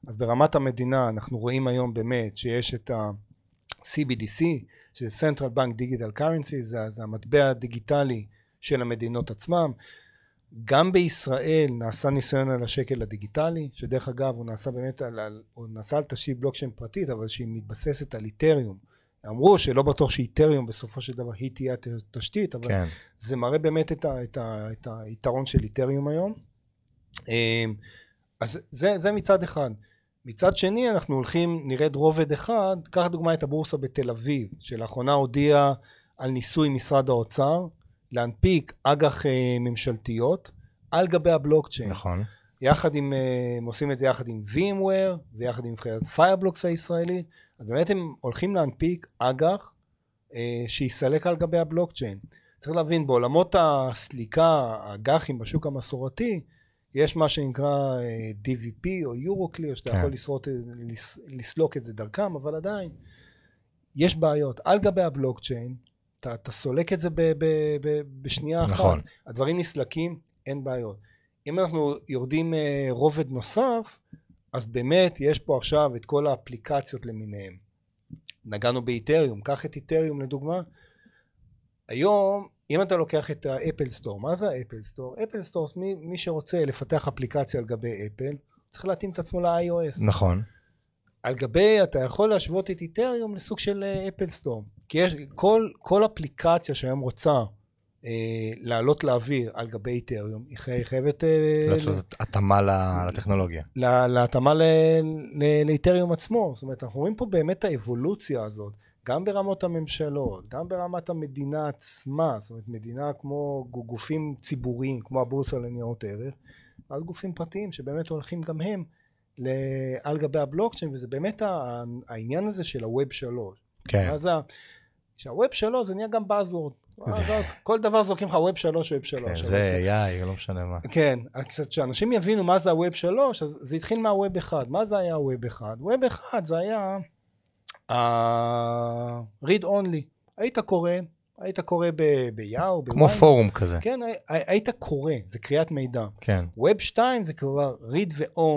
אז ברמת המדינה אנחנו רואים היום באמת שיש את ה-סי בי די סי, שזה Central Bank Digital Currency, זה, זה המטבע הדיגיטלי של המדינות עצמם. גם בישראל נעשה ניסיון על השקל הדיגיטלי, שדרך אגב הוא נעשה באמת על, על, הוא נעשה על תשתית בלוקצ'יין פרטית, אבל שהיא מתבססת על איתריום. אמרו שלא בטוח שאיתריום בסופו של דבר היא תהיה התשתית, אבל כן. זה מראה באמת את, ה, את, ה, את היתרון של איתריום היום. אז זה, זה מצד אחד. מצד שני אנחנו הולכים, נרד רובד אחד, קח דוגמא את הבורסה בתל אביב, שלאחרונה הודיעה על ניסוי משרד האוצר, להנפיק אג"ח ממשלתיות על גבי הבלוקצ'יין. נכון. יחד עם, הם עושים את זה יחד עם VMware ויחד עם חברת פיירבלוקס הישראלי, אז באמת הם הולכים להנפיק אג"ח שיסלק על גבי הבלוקצ'יין. צריך להבין, בעולמות הסליקה, האג"חים בשוק המסורתי, יש מה שנקרא די וי פי או יורוקליר, שאתה כן. יכול לסרות, לס, לסלוק את זה דרכם, אבל עדיין יש בעיות. על גבי הבלוקצ'יין, אתה, אתה סולק את זה ב, ב, ב, בשנייה נכון. אחת. הדברים נסלקים, אין בעיות. אם אנחנו יורדים רובד נוסף, אז באמת יש פה עכשיו את כל האפליקציות למיניהם. נגענו באיתריום, קח את איתריום לדוגמה. היום, אם אתה לוקח את האפל סטור, מה זה האפל סטור? אפל סטור, מי, מי שרוצה לפתח אפליקציה על גבי אפל, צריך להתאים את עצמו ל-iOS. נכון. על גבי, אתה יכול להשוות את איתריום לסוג של אפל סטור. כי יש, כל, כל אפליקציה שהיום רוצה אה, לעלות לאוויר על גבי איתריום, היא חייבת... אה, לעשות התאמה לטכנולוגיה. להתאמה לאיתריום עצמו. זאת אומרת, אנחנו רואים פה באמת האבולוציה הזאת, גם ברמות הממשלות, גם ברמת המדינה עצמה, זאת אומרת, מדינה כמו גופים ציבוריים, כמו הבורסה לניירות ערך, על גופים פרטיים שבאמת הולכים גם הם על גבי הבלוקצ'יין, וזה באמת העניין הזה של הווב שלוש. כן. אז שהווב שלוש זה נהיה גם באזוורד. כל דבר זורקים לך ווב שלוש, ווב שלוש. זה איי, לא משנה מה. כן, כשאנשים יבינו מה זה הווב שלוש, אז זה התחיל מהווב אחד. מה זה היה הווב אחד? ווב אחד זה היה read only. היית קורא, היית קורא ביאו, כמו פורום כזה. כן, היית קורא, זה קריאת מידע. כן. ווב שתיים זה כבר read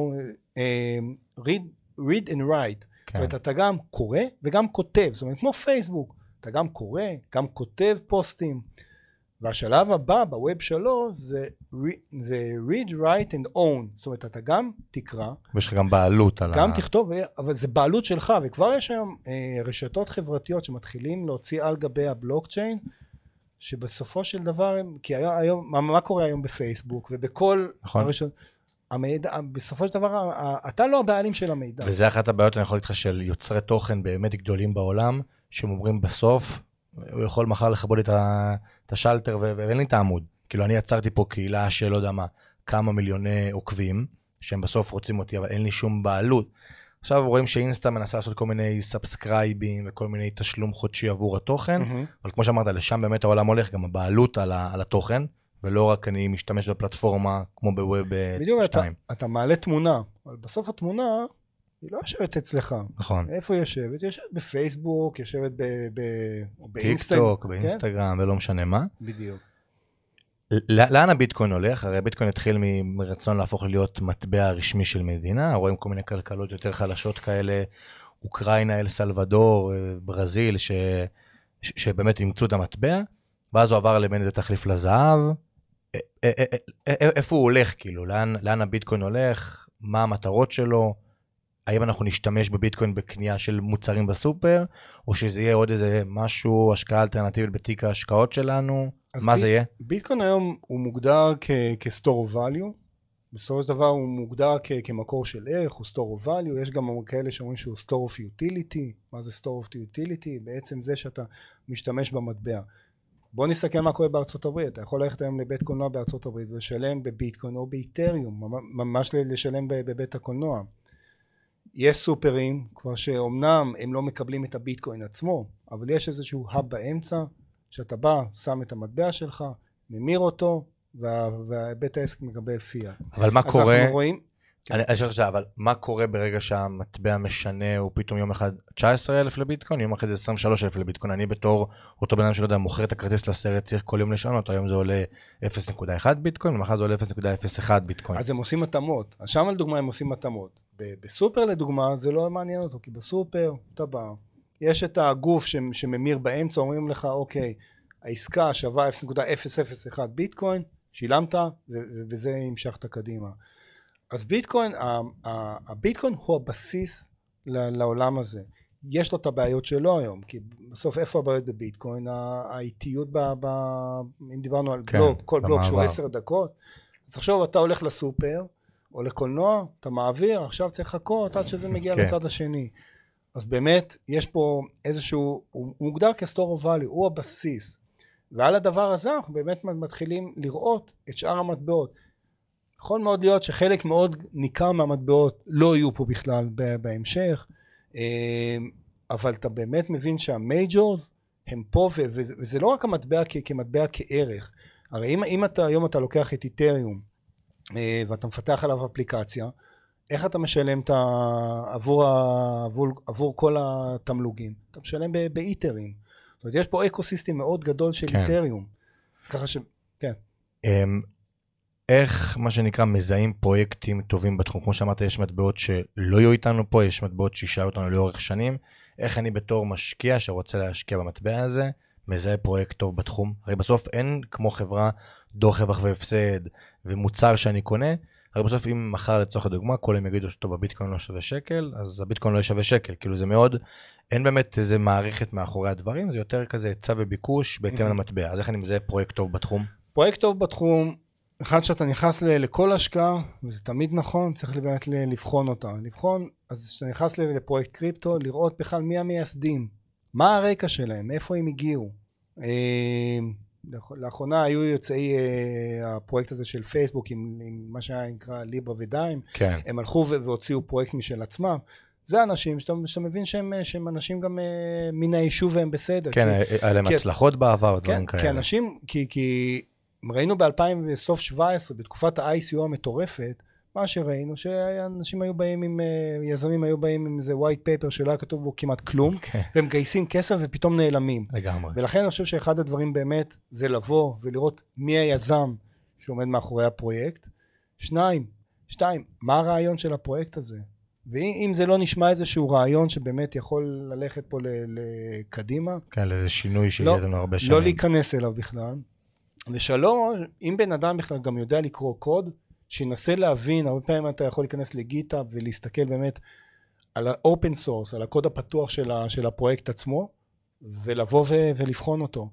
read and write. זאת אומרת, אתה גם קורא וגם כותב. זאת אומרת, כמו פייסבוק. אתה גם קורא, גם כותב פוסטים. והשלב הבא בווב שלוש זה, זה read, write and own. זאת אומרת, אתה גם תקרא. ויש לך גם בעלות על ה... גם תכתוב, אבל זה בעלות שלך. וכבר יש היום אה, רשתות חברתיות שמתחילים להוציא על גבי הבלוקצ'יין, שבסופו של דבר, כי היום, היום מה, מה קורה היום בפייסבוק ובכל נכון. הרשתות, המידע, בסופו של דבר, אתה לא הבעלים של המידע. וזה אחת הבעיות, אני יכול להגיד לך, של יוצרי תוכן באמת גדולים בעולם, שהם אומרים בסוף, הוא יכול מחר לכבוד את השלטר, ואין לי את העמוד. כאילו, אני יצרתי פה קהילה של, לא יודע מה, כמה מיליוני עוקבים, שהם בסוף רוצים אותי, אבל אין לי שום בעלות. עכשיו רואים שאינסטה מנסה לעשות כל מיני סאבסקרייבים, וכל מיני תשלום חודשי עבור התוכן, אבל כמו שאמרת, לשם באמת העולם הולך, גם הבעלות על התוכן, ולא רק אני משתמש בפלטפורמה כמו בווב שתיים. אתה, אתה מעלה תמונה, אבל בסוף התמונה היא לא יושבת אצלך. נכון. איפה היא יושבת? היא יושבת בפייסבוק, יושבת ב, ב, באינסטג... טיקטוק, באינסטגרם, כן? ולא משנה מה. בדיוק. לאן הביטקוין הולך? הרי הביטקוין התחיל מרצון להפוך להיות מטבע רשמי של מדינה, רואים כל מיני כלכלות יותר חלשות כאלה, אוקראינה, אל סלבדור, ברזיל, ש... שבאמת אימצו את המטבע, ואז הוא עבר לבין איזה תחליף לזהב. איפה הוא הולך, כאילו? לאן, לאן הביטקוין הולך? מה המטרות שלו? האם אנחנו נשתמש בביטקוין בקנייה של מוצרים בסופר, או שזה יהיה עוד איזה משהו, השקעה אלטרנטיבית בתיק ההשקעות שלנו? מה ב- זה יהיה? ביטקוין היום הוא מוגדר כ-store of value, בסופו של דבר הוא מוגדר כ- כמקור של ערך, הוא store of value, יש גם כאלה שאומרים שהוא store of utility. מה זה store of utility? בעצם זה שאתה משתמש במטבע. בוא נסתכל מה קורה בארצות הברית. אתה יכול ללכת היום לבית קולנוע בארצות הברית ולשלם בביטקוין או באיתריום, ממש לשלם בבית הקולנוע. יש סופרים, כבר שאומנם הם לא מקבלים את הביטקוין עצמו, אבל יש איזשהו hub באמצע, שאתה בא, שם את המטבע שלך, ממיר אותו, וה, והבית העסק מקבל פיאט. אבל מה קורה, רואים... אני חושב שזה, אבל מה קורה ברגע שהמטבע משנה, הוא פתאום יום אחד תשע עשרה אלף לביטקוין, יום אחרי זה עשרים ושלושה אלף לביטקוין, אני בתור אותו בן אדם שלא יודע, מוכר את הכרטיס לסרט, צריך כל יום לשנות, היום זה עולה אפס נקודה אחת ביטקוין, ומחר זה עולה אפס נקודה אפס אחת ביטקוין. אז הם עושים התאמות, אז שם לדוגמה הם עושים התאמות. בסופר לדוגמה זה לא מעניין אותו, כי בסופר אתה בא, יש את הגוף שממיר באמצע, אומרים לך אוקיי, העסקה שווה אפס נקודה אפס אפס אחת ביטקוין, שילמת ובזה המשכת קדימה. אז ביטקוין, הביטקוין הוא הבסיס לעולם הזה. יש לו את הבעיות שלו היום, כי בסוף איפה הבעיות בביטקוין? האיטיות, אם דיברנו על בלוק, כל בלוק שהוא עשר דקות, אז עכשיו אתה הולך לסופר, או לקולנוע, אתה מעביר, עכשיו צריך לחכות עד שזה מגיע לצד השני. אז באמת, יש פה איזשהו, הוא מוגדר כ-store of value, הוא הבסיס. ועל הדבר הזה אנחנו באמת מתחילים לראות את שאר המטבעות. יכול מאוד להיות שחלק מאוד ניכר מהמטבעות לא יהיו פה בכלל בהמשך, אבל אתה באמת מבין שהמייג'ורס הם פה, וזה לא רק המטבע כמטבע כערך. הרי אם, אם אתה, היום אתה לוקח את איתריום, ואתה מפתח עליו אפליקציה, איך אתה משלם את עבור, עבור, עבור כל התמלוגים? אתה משלם באיתרים. זאת אומרת, יש פה אקוסיסטם מאוד גדול של כן. איתריום. ככה ש... כן. איך, מה שנקרא, מזהים פרויקטים טובים בתחום? כמו שאמרת, יש מטבעות שלא יהיו איתנו פה, יש מטבעות שישארו אותנו לאורך שנים. איך אני בתור משקיע שרוצה להשקיע במטבע הזה, מזהה פרויקט טוב בתחום? הרי בסוף אין כמו חברה דוח רווח והפסד ומוצר שאני קונה, הרי בסוף אם מחר לצורך הדוגמה, כל הם יגידו שטוב, הביטקוין לא שווה שקל, אז הביטקוין לא שווה שקל. כאילו זה מאוד, אין באמת איזה מערכת מאחורי הדברים, זה יותר כזה היצע וביקוש בהתאם למטבע. אז איך אני מזהה פרויקט טוב בתחום? פרויקט טוב בתחום, אחד שאתה נכנס לכל השקעה, וזה תמיד נכון, צריך באמת לבחון אותה. לבחון, אז כשאתה נכנס לפרויקט קריפטו, לראות בכלל מי המייסדים, מה הרקע שלהם, איפה הם הגיעו. לאחרונה היו יוצאי הפרויקט הזה של פייסבוק, עם מה שהיה נקרא ליברה ודיים, כן. הם הלכו והוציאו פרויקט משל עצמם. זה אנשים שאתה, שאתה מבין שהם, שהם אנשים גם מן היישוב והם בסדר. כן, היה להם הצלחות בעבר, דברים כאלה. כי אנשים, כי... כי ראינו ב-אלפיים שבע עשרה, בתקופת ה-איי סי או המטורפת, מה שראינו, שאנשים היו באים עם, יזמים היו באים עם איזה white paper שלא היה כתוב בו כמעט כלום, okay. והם גייסים כסף ופתאום נעלמים. לגמרי. ולכן אני חושב שאחד הדברים באמת זה לבוא ולראות מי היזם שעומד מאחורי הפרויקט. שניים, שתיים, מה הרעיון של הפרויקט הזה? ואם זה לא נשמע איזשהו רעיון שבאמת יכול ללכת פה לקדימה. כן, איזה שינוי שיהיה לנו הרבה שנים. לא להיכנס אליו בכלל. ושלוש, אם בן אדם בכלל גם יודע לקרוא קוד, שינסה להבין, הרבה פעמים אתה יכול להיכנס לגיטהאב ולהסתכל באמת על ה-open source, על הקוד הפתוח של, ה, של הפרויקט עצמו, ולבוא ו, ולבחון אותו.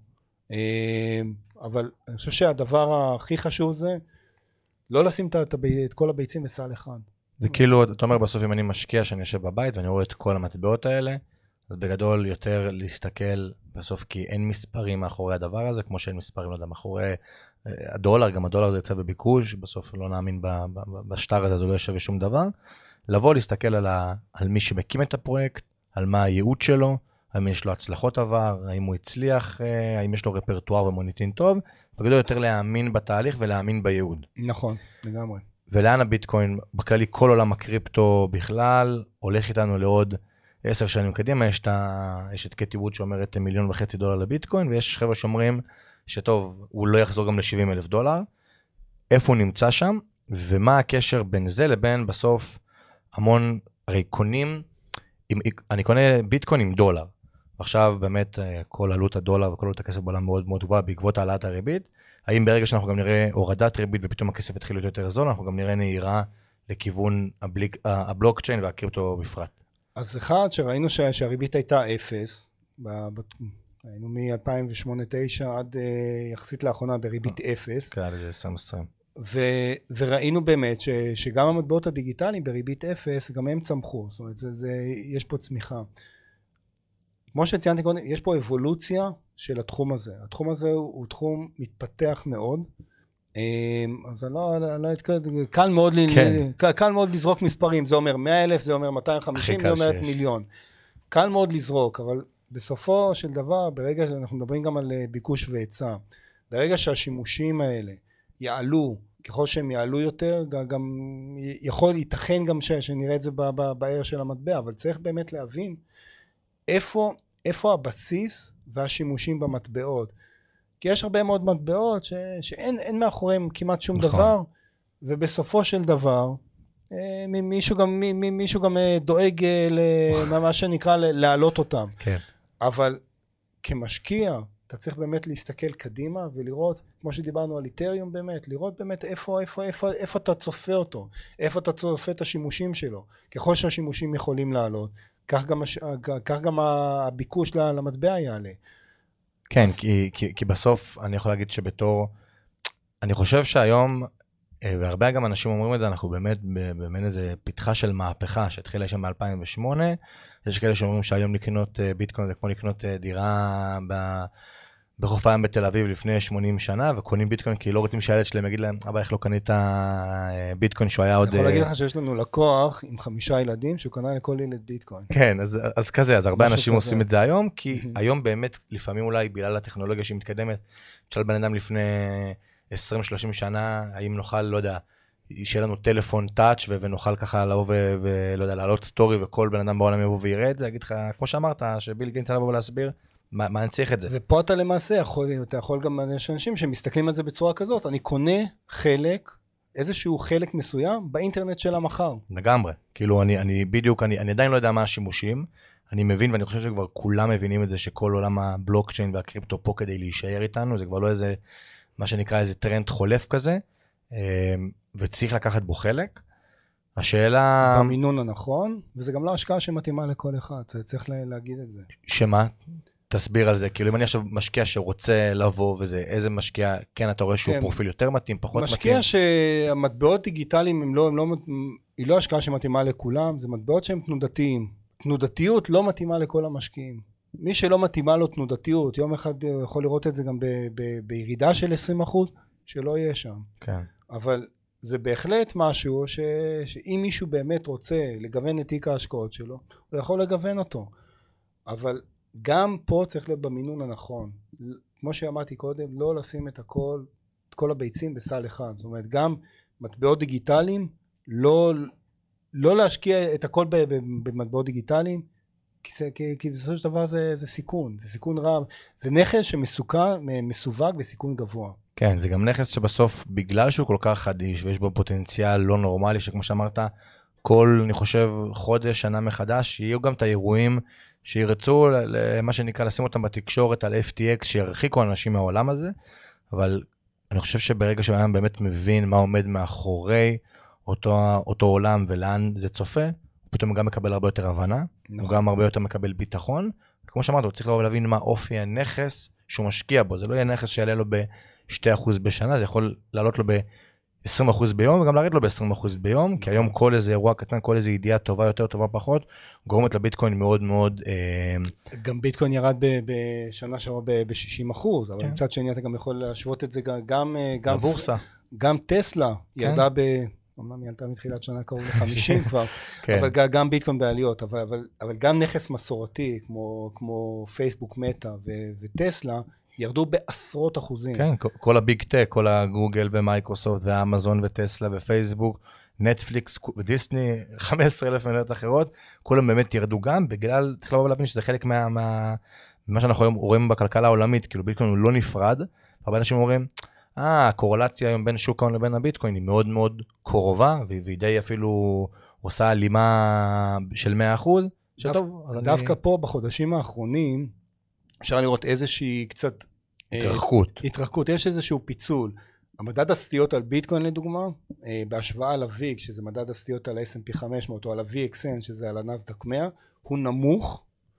אבל אני חושב שהדבר הכי חשוב זה, לא לשים את, את כל הביצים בסל אחד. זה כאילו, אתה אומר בסוף אם אני משקיע שאני יושב בבית ואני רואה את כל המטבעות האלה, אז בגדול יותר להסתכל בסוף, כי אין מספרים מאחורי הדבר הזה, כמו שאין מספרים, לא יודע, מאחורי הדולר, גם הדולר זה יצא בביקוש, בסוף לא נאמין בשטר הזה, זה לא ישווה שום דבר. לבוא להסתכל על, ה, על מי שמקים את הפרויקט, על מה הייעוד שלו, האם יש לו הצלחות עבר, האם הוא הצליח, האם יש לו רפרטואר ומוניטין טוב, בגדול יותר להאמין בתהליך ולהאמין בייעוד. נכון, לגמרי. ולאן הביטקוין, בכללי כל עולם הקריפטו בכלל, הולך איתנו לעוד עשר שנים קדימה, יש את, יש את קטי ווד שאומרת מיליון וחצי דולר לביטקוין, ויש חבר'ה שאומרים שטוב, הוא לא יחזור גם ל-שבעים אלף דולר. איפה הוא נמצא שם, ומה הקשר בין זה לבין בסוף המון, הרי קונים, עם, אני קונה ביטקוין עם דולר, ועכשיו באמת כל עלות הדולר וכל עלות הכסף בעולם מאוד מאוד גבוהה בעקבות העלאת הריבית, האם ברגע שאנחנו גם נראה הורדת ריבית ופתאום הכסף יתחיל להיות יותר זול, אנחנו גם נראה נהירה לכיוון הבליק, הבלוקצ'יין והקריפטו בפרט. אז אחד, שראינו שהריבית הייתה אפס, היינו מ-אלפיים שמונה תשע עד יחסית לאחרונה בריבית אפס. כן, זה עשרים עשרים. וראינו באמת שגם המטבעות הדיגיטליים בריבית אפס, גם הם צמחו, זאת אומרת, יש פה צמיחה. כמו שציינתי קודם, יש פה אבולוציה של התחום הזה. התחום הזה הוא תחום מתפתח מאוד, אז אני לא, לא אתקדם, קל מאוד, כן. קל, קל מאוד לזרוק מספרים, זה אומר מאה אלף, זה אומר מאתיים וחמישים, זה אומר שיש. מיליון. קל מאוד לזרוק, אבל בסופו של דבר, ברגע שאנחנו מדברים גם על ביקוש והיצע, ברגע שהשימושים האלה יעלו ככל שהם יעלו יותר, גם יכול, ייתכן גם ש, שנראה את זה בער של המטבע, אבל צריך באמת להבין איפה, איפה הבסיס והשימושים במטבעות. כי יש הרבה מאוד מטבעות ש, שאין אין מאחוריהם כמעט שום נכון. דבר, ובסופו של דבר, מישהו גם, מישהו גם דואג למה שנקרא להעלות אותם. כן. אבל כמשקיע, אתה צריך באמת להסתכל קדימה ולראות, כמו שדיברנו על איתריום באמת, לראות באמת איפה, איפה, איפה, איפה אתה צופה אותו, איפה אתה צופה את השימושים שלו. ככל שהשימושים יכולים לעלות, כך גם, כך גם הביקוש למטבע יעלה. כן, אז... כי, כי, כי בסוף אני יכול להגיד שבתור, אני חושב שהיום, והרבה גם אנשים אומרים את זה, אנחנו באמת במין איזה פתחה של מהפכה שהתחילה שם ב-אלפיים ושמונה, יש כאלה שאומרים שהיום לקנות ביטקוין זה כמו לקנות דירה בחוף הים בתל אביב לפני שמונים שנה, וקונים ביטקוין כי לא רוצים שהילד שלהם יגיד להם, אבא, איך לא קנית ביטקוין שהוא היה עוד... אני יכול להגיד לך שיש לנו לקוח עם חמישה ילדים שהוא קנה לכל ילד ביטקוין. כן, אז, אז כזה, אז הרבה אנשים עושים את זה היום, כי היום באמת לפעמים אולי בגלל הטכנולוגיה שהיא מתקדמת, תשאל בן אדם לפני עשרים שלושים שנה, האם נוכל, לא יודע, שיהיה לנו טלפון טאץ' ונוכל ככה לבוא ולא יודע, לעלות סטורי וכל בן אדם בעולם יבוא ויראה את זה, אגיד לך, כמו שאמרת, שביל גייטס לבוא ולהסביר, מה, מה אני צריך את זה. ופה אתה למעשה יכול, אתה יכול גם, יש אנשים שמסתכלים על זה בצורה כזאת, אני קונה חלק, איזשהו חלק מסוים באינטרנט של המחר. לגמרי, כאילו אני, אני בדיוק, אני, אני עדיין לא יודע מה השימושים, אני מבין ואני חושב שכבר כולם מבינים את זה שכל עולם הבלוקצ'יין והקריפטו פה כדי להישאר איתנו, זה כבר לא איזה, מה שנקרא איזה טרנד חולף כזה, וצריך לקחת בו חלק. השאלה... במינון הנכון, וזה גם לא השקעה שמתאימה לכל אחד, צריך להגיד את זה. שמה? תסביר על זה, כאילו אם אני עכשיו משקיע שרוצה לבוא וזה, איזה משקיע, כן אתה רואה שהוא כן. פרופיל יותר מתאים, פחות משקיע מתאים? משקיע שהמטבעות דיגיטליים הם לא, הם לא, היא לא השקעה שמתאימה לכולם, זה מטבעות שהם תנודתיים. תנודתיות לא מתאימה לכל המשקיעים. מי שלא מתאימה לו תנודתיות, יום אחד יכול לראות את זה גם ב, ב, בירידה של עשרים אחוז, שלא יהיה שם. כן. אבל זה בהחלט משהו ש, שאם מישהו באמת רוצה לגוון את תיק ההשקעות שלו, הוא יכול לגוון אותו. אבל גם פה צריך להיות במינון הנכון. כמו שאמרתי קודם, לא לשים את הכל, את כל הביצים בסל אחד. זאת אומרת, גם מטבעות דיגיטליים, לא, לא להשקיע את הכל במטבעות דיגיטליים, כי, זה, כי, כי בסופו של דבר זה, זה סיכון, זה סיכון רב. זה נכס שמסוכן, מסווג בסיכון גבוה. כן, זה גם נכס שבסוף, בגלל שהוא כל כך חדיש, ויש בו פוטנציאל לא נורמלי, שכמו שאמרת, כל, אני חושב, חודש, שנה מחדש, יהיו גם את האירועים שירצו, למה שנקרא, לשים אותם בתקשורת על אף טי אקס, שירחיקו אנשים מהעולם הזה, אבל אני חושב שברגע שבן באמת מבין מה עומד מאחורי אותו, אותו עולם ולאן זה צופה, הוא פתאום גם מקבל הרבה יותר הבנה, נכון. הוא גם הרבה יותר מקבל ביטחון, כמו שאמרת, הוא צריך לבוא ולהבין מה אופי הנכס שהוא משקיע בו, זה לא יהיה נכס שיעלה לו ב-שני אחוז בשנה, זה יכול לעלות לו ב-עשרים אחוז ביום, וגם להרד לו ב-עשרים אחוז ביום, כי היום כל איזה אירוע קטן, כל איזה ידיעה טובה יותר, טובה פחות, גורמת לביטקוין מאוד מאוד... גם ביטקוין ירד בשנה שעברה ב-שישים אחוז, אבל מצד שני אתה גם יכול להשוות את זה גם... בבורסה. גם טסלה ירדה ב... אמנם היא עלתה מתחילת שנה קרוב ל-חמישים כבר, אבל גם ביטקוין בעליות, אבל גם נכס מסורתי, כמו פייסבוק, מטא וטסלה, ירדו בעשרות אחוזים. כן, כל הביג טק, כל הגוגל ומייקרוסופט ואמזון וטסלה ופייסבוק, נטפליקס ודיסני, חמש עשרה אלף מניות אחרות, כולם באמת ירדו גם, בגלל, צריך לבוא ולהבין שזה חלק מה, מה, מה שאנחנו רואים בכלכלה העולמית, כאילו ביטקוין הוא לא נפרד, הרבה אנשים אומרים, אה, הקורלציה היום בין שוק ההון לבין הביטקוין היא מאוד מאוד קרובה, והיא די אפילו עושה הלימה של מאה אחוז, שטוב. דווקא אני... פה בחודשים האחרונים, אפשר לראות איזושהי קצת... התרחקות. אה, התרחקות, יש איזשהו פיצול. המדד הסטיות על ביטקוין לדוגמה, אה, בהשוואה לוויג, שזה מדד הסטיות על ה-אס אנד פי חמש מאות, או על ה-וי אקס אן, שזה על הנסדק מאה, הוא נמוך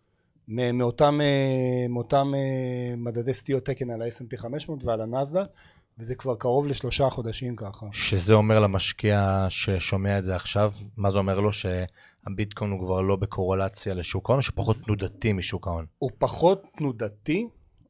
מאותם, אה, מאותם אה, מדדי סטיות תקן על ה-אס אנד פי חמש מאות ועל הנסדק, וזה כבר קרוב לשלושה חודשים ככה. שזה אומר למשקיע ששומע את זה עכשיו, מה זה אומר לו שהביטקוין הוא כבר לא בקורלציה לשוק ההון, או שפחות תנודתי משוק ההון? הוא פחות תנודתי,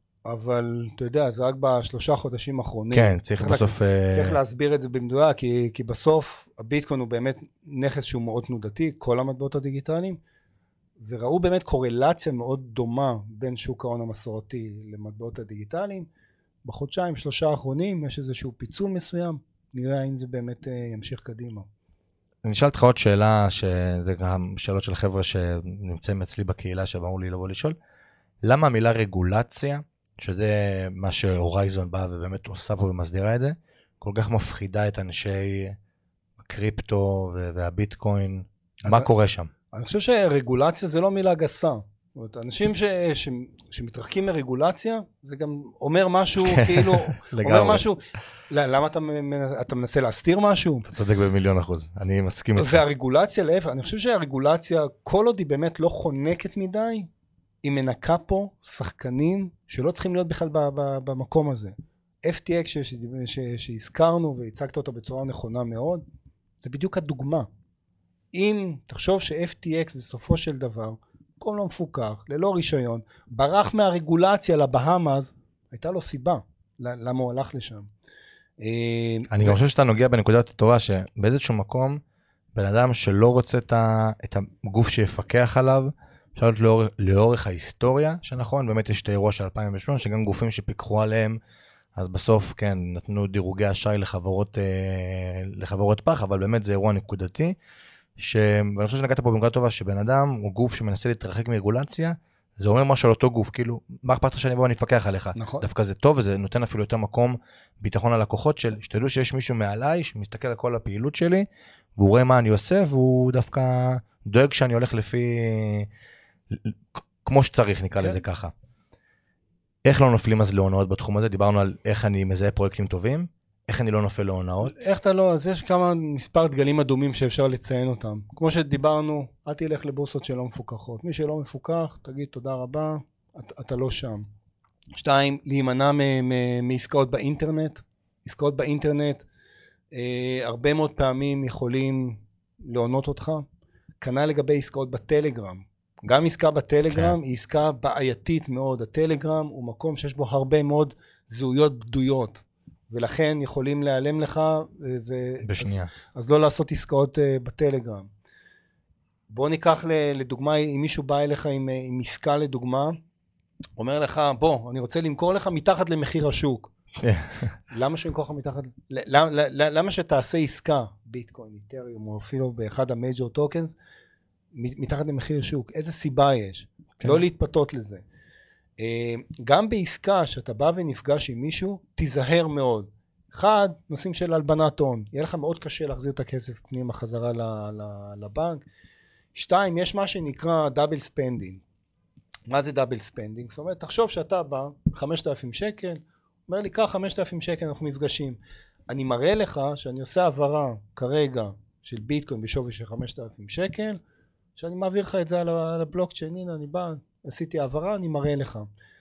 אבל אתה יודע, זה רק בשלושה חודשים האחרונים. כן, צריך, צריך בסוף... לה... צריך להסביר את זה במדויק, כי, כי בסוף הביטקוין הוא באמת נכס שהוא מאוד תנודתי, כל המטבעות הדיגיטליים, וראו באמת קורלציה מאוד דומה בין שוק ההון המסורתי למטבעות הדיגיטליים. בחודשיים, שלושה האחרונים, יש איזשהו פיצול מסוים, נראה אם זה באמת ימשיך קדימה. אני אשאל אותך עוד שאלה, שזה גם שאלות של חבר'ה שנמצאים אצלי בקהילה, שאמרו לי לבוא לשאול, למה המילה רגולציה, שזה מה שהורייזון באה ובאמת עושה פה ומסדירה את זה, כל כך מפחידה את אנשי הקריפטו והביטקוין, מה קורה שם? אני חושב שרגולציה זה לא מילה גסה. זאת אומרת, אנשים ש, ש, שמתרחקים מרגולציה, זה גם אומר משהו, כאילו, אומר משהו, למה אתה, אתה מנסה להסתיר משהו? אתה צודק במיליון אחוז, אני מסכים איתך. והרגולציה, להפך, אני חושב שהרגולציה, כל עוד היא באמת לא חונקת מדי, היא מנקה פה שחקנים שלא צריכים להיות בכלל במקום הזה. אף טי אקס שהזכרנו והצגת אותו בצורה נכונה מאוד, זה בדיוק הדוגמה. אם תחשוב ש-אף טי אקס בסופו של דבר, כל לא מפוקח, ללא רישיון, ברח מהרגולציה לבהאמאז, הייתה לו סיבה למה הוא הלך לשם. אני גם חושב שאתה נוגע בנקודת התורה, שבאיזשהו מקום, בן אדם שלא רוצה את הגוף שיפקח עליו, אפשר להיות לאורך, לאורך ההיסטוריה, שנכון, באמת יש את האירוע של אלפיים ושמונה, שגם גופים שפיקחו עליהם, אז בסוף, כן, נתנו דירוגי אשראי לחברות, לחברות פח, אבל באמת זה אירוע נקודתי, ש... ואני חושב שנגעת פה בנקודה טובה, שבן אדם הוא גוף שמנסה להתרחק מרגולציה, זה אומר משהו על אותו גוף, כאילו, מה אכפת שאני בוא ואני אפקח עליך? נכון. דווקא זה טוב, וזה נותן אפילו יותר מקום ביטחון ללקוחות של, שתדעו שיש מישהו מעליי, שמסתכל על כל הפעילות שלי, והוא רואה מה אני עושה, והוא דווקא דואג שאני הולך לפי, כמו שצריך, נקרא לזה ככה. איך לא נופלים אז להונאות בתחום הזה? דיברנו על איך אני מזהה פרויקטים טובים, איך אני לא נופל להונאות? איך אתה לא, אז יש כמה מספר דגלים אדומים שאפשר לציין אותם. כמו שדיברנו, אל תלך לבורסות שלא מפוקחות. מי שלא מפוקח, תגיד תודה רבה, אתה, אתה לא שם. שתיים, להימנע מעסקאות באינטרנט. עסקאות באינטרנט, אה, הרבה מאוד פעמים יכולים להונות אותך. כנ"ל לגבי עסקאות בטלגרם. גם עסקה בטלגרם היא עסקה בעייתית מאוד. הטלגרם הוא מקום שיש בו הרבה מאוד זהויות בדויות, ולכן יכולים להיעלם לך, ו... בשנייה. אז, אז לא לעשות עסקאות uh, בטלגרם. בוא ניקח לדוגמה, אם מישהו בא אליך עם, עם עסקה לדוגמה, אומר לך, בוא, אני רוצה למכור לך מתחת למחיר השוק. למה שהוא ימכור לך מתחת? למה, למה שתעשה עסקה, ביטקוין, איתריום, או אפילו באחד המייג'ור טוקנס, מתחת למחיר שוק? איזה סיבה יש? כן. לא להתפתות לזה. גם בעסקה שאתה בא ונפגש עם מישהו, תיזהר מאוד. אחד, נושאים של הלבנת הון. יהיה לך מאוד קשה להחזיר את הכסף פנימה חזרה לבנק. שתיים, יש מה שנקרא דאבל ספנדינג. מה זה דאבל ספנדינג? זאת אומרת, תחשוב שאתה בא, חמשת אלפים שקל, אומר לי, קח חמשת אלפים שקל, אנחנו נפגשים. אני מראה לך שאני עושה העברה כרגע של ביטקוין בשווי של חמשת אלפים שקל, שאני מעביר לך את זה על הבלוקצ'יין, הנה אני בא, עשיתי העברה, אני מראה לך.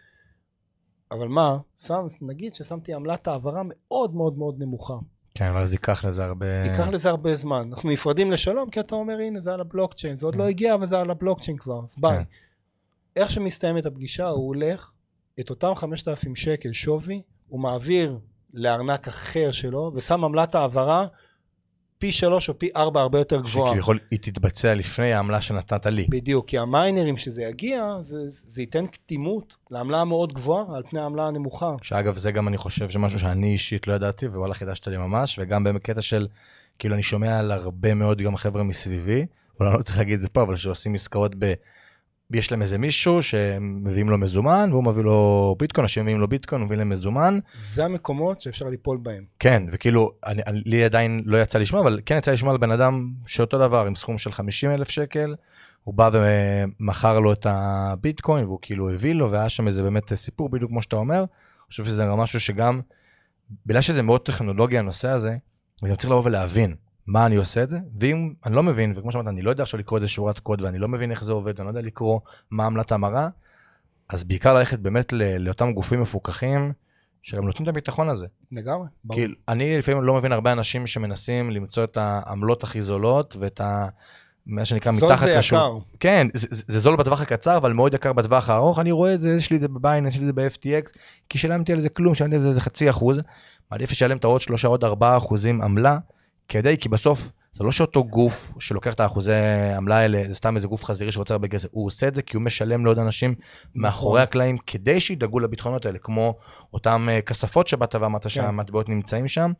אבל מה, שם, נגיד ששמתי עמלת העברה מאוד מאוד מאוד נמוכה. כן, ואז ייקח לזה הרבה... ייקח לזה הרבה זמן. אנחנו נפרדים לשלום, כי אתה אומר, הנה, זה על הבלוקצ'יין, זה עוד לא הגיע, אבל זה על הבלוקצ'יין כבר, אז ביי. איך שמסתיים את הפגישה, הוא הולך, את אותם חמשת אלפים שקל שווי, הוא מעביר לארנק אחר שלו, ושם עמלת העברה, פי שלוש או פי ארבע הרבה יותר גבוהה. שכביכול היא תתבצע לפני העמלה שנתת לי. בדיוק, כי המיינרים שזה יגיע, זה, זה ייתן קטימות לעמלה המאוד גבוהה על פני העמלה הנמוכה. שאגב, זה גם אני חושב שמשהו שאני אישית לא ידעתי, ווואלה חידשת לי ממש, וגם בקטע של, כאילו אני שומע על הרבה מאוד גם חבר'ה מסביבי, אבל אני לא צריך להגיד את זה פה, אבל שעושים עסקאות ב... יש להם איזה מישהו שמביאים לו מזומן, והוא מביא לו ביטקוין, אנשים מביאים לו ביטקוין, הוא מביא להם מזומן. זה המקומות שאפשר ליפול בהם. כן, וכאילו, אני, לי עדיין לא יצא לשמוע, אבל כן יצא לשמוע על בן אדם שאותו דבר, עם סכום של חמישים אלף שקל, הוא בא ומכר לו את הביטקוין, והוא כאילו הביא לו, והיה שם איזה באמת סיפור, בדיוק כמו שאתה אומר. אני חושב שזה משהו שגם, בגלל שזה מאוד טכנולוגיה הנושא הזה, אני גם צריך לבוא ולהבין. מה אני עושה את זה, ואם אני לא מבין, וכמו שאמרת, אני לא יודע עכשיו לקרוא איזה שורת קוד, ואני לא מבין איך זה עובד, ואני לא יודע לקרוא מה עמלת המרה, אז בעיקר ללכת באמת לאותם גופים מפוקחים, שגם נותנים את הביטחון הזה. לגמרי. כי אני לפעמים לא מבין הרבה אנשים שמנסים למצוא את העמלות הכי זולות, ואת ה... מה שנקרא מתחת לשוק. זול זה יקר. כן, זה, זה זול בטווח הקצר, אבל מאוד יקר בטווח הארוך. אני רואה את זה, יש לי את זה בבייננס, יש לי את זה ב-אף טי אקס, כי שילמתי על זה כלום, שילמתי על זה, זה חצי אחוז. מעדיף לשלם את העוד שלושה, עוד ארבעה אחוזים עמלה, כדי, כי בסוף, זה לא שאותו גוף שלוקח את האחוזי עמלה האלה, זה סתם איזה גוף חזירי שרוצה הרבה כסף, הוא עושה את זה כי הוא משלם לעוד אנשים מאחורי הקלעים, כדי שידאגו לביטחונות האלה, כמו אותם כספות שבאת ואמרת שהמטבעות נמצאים שם,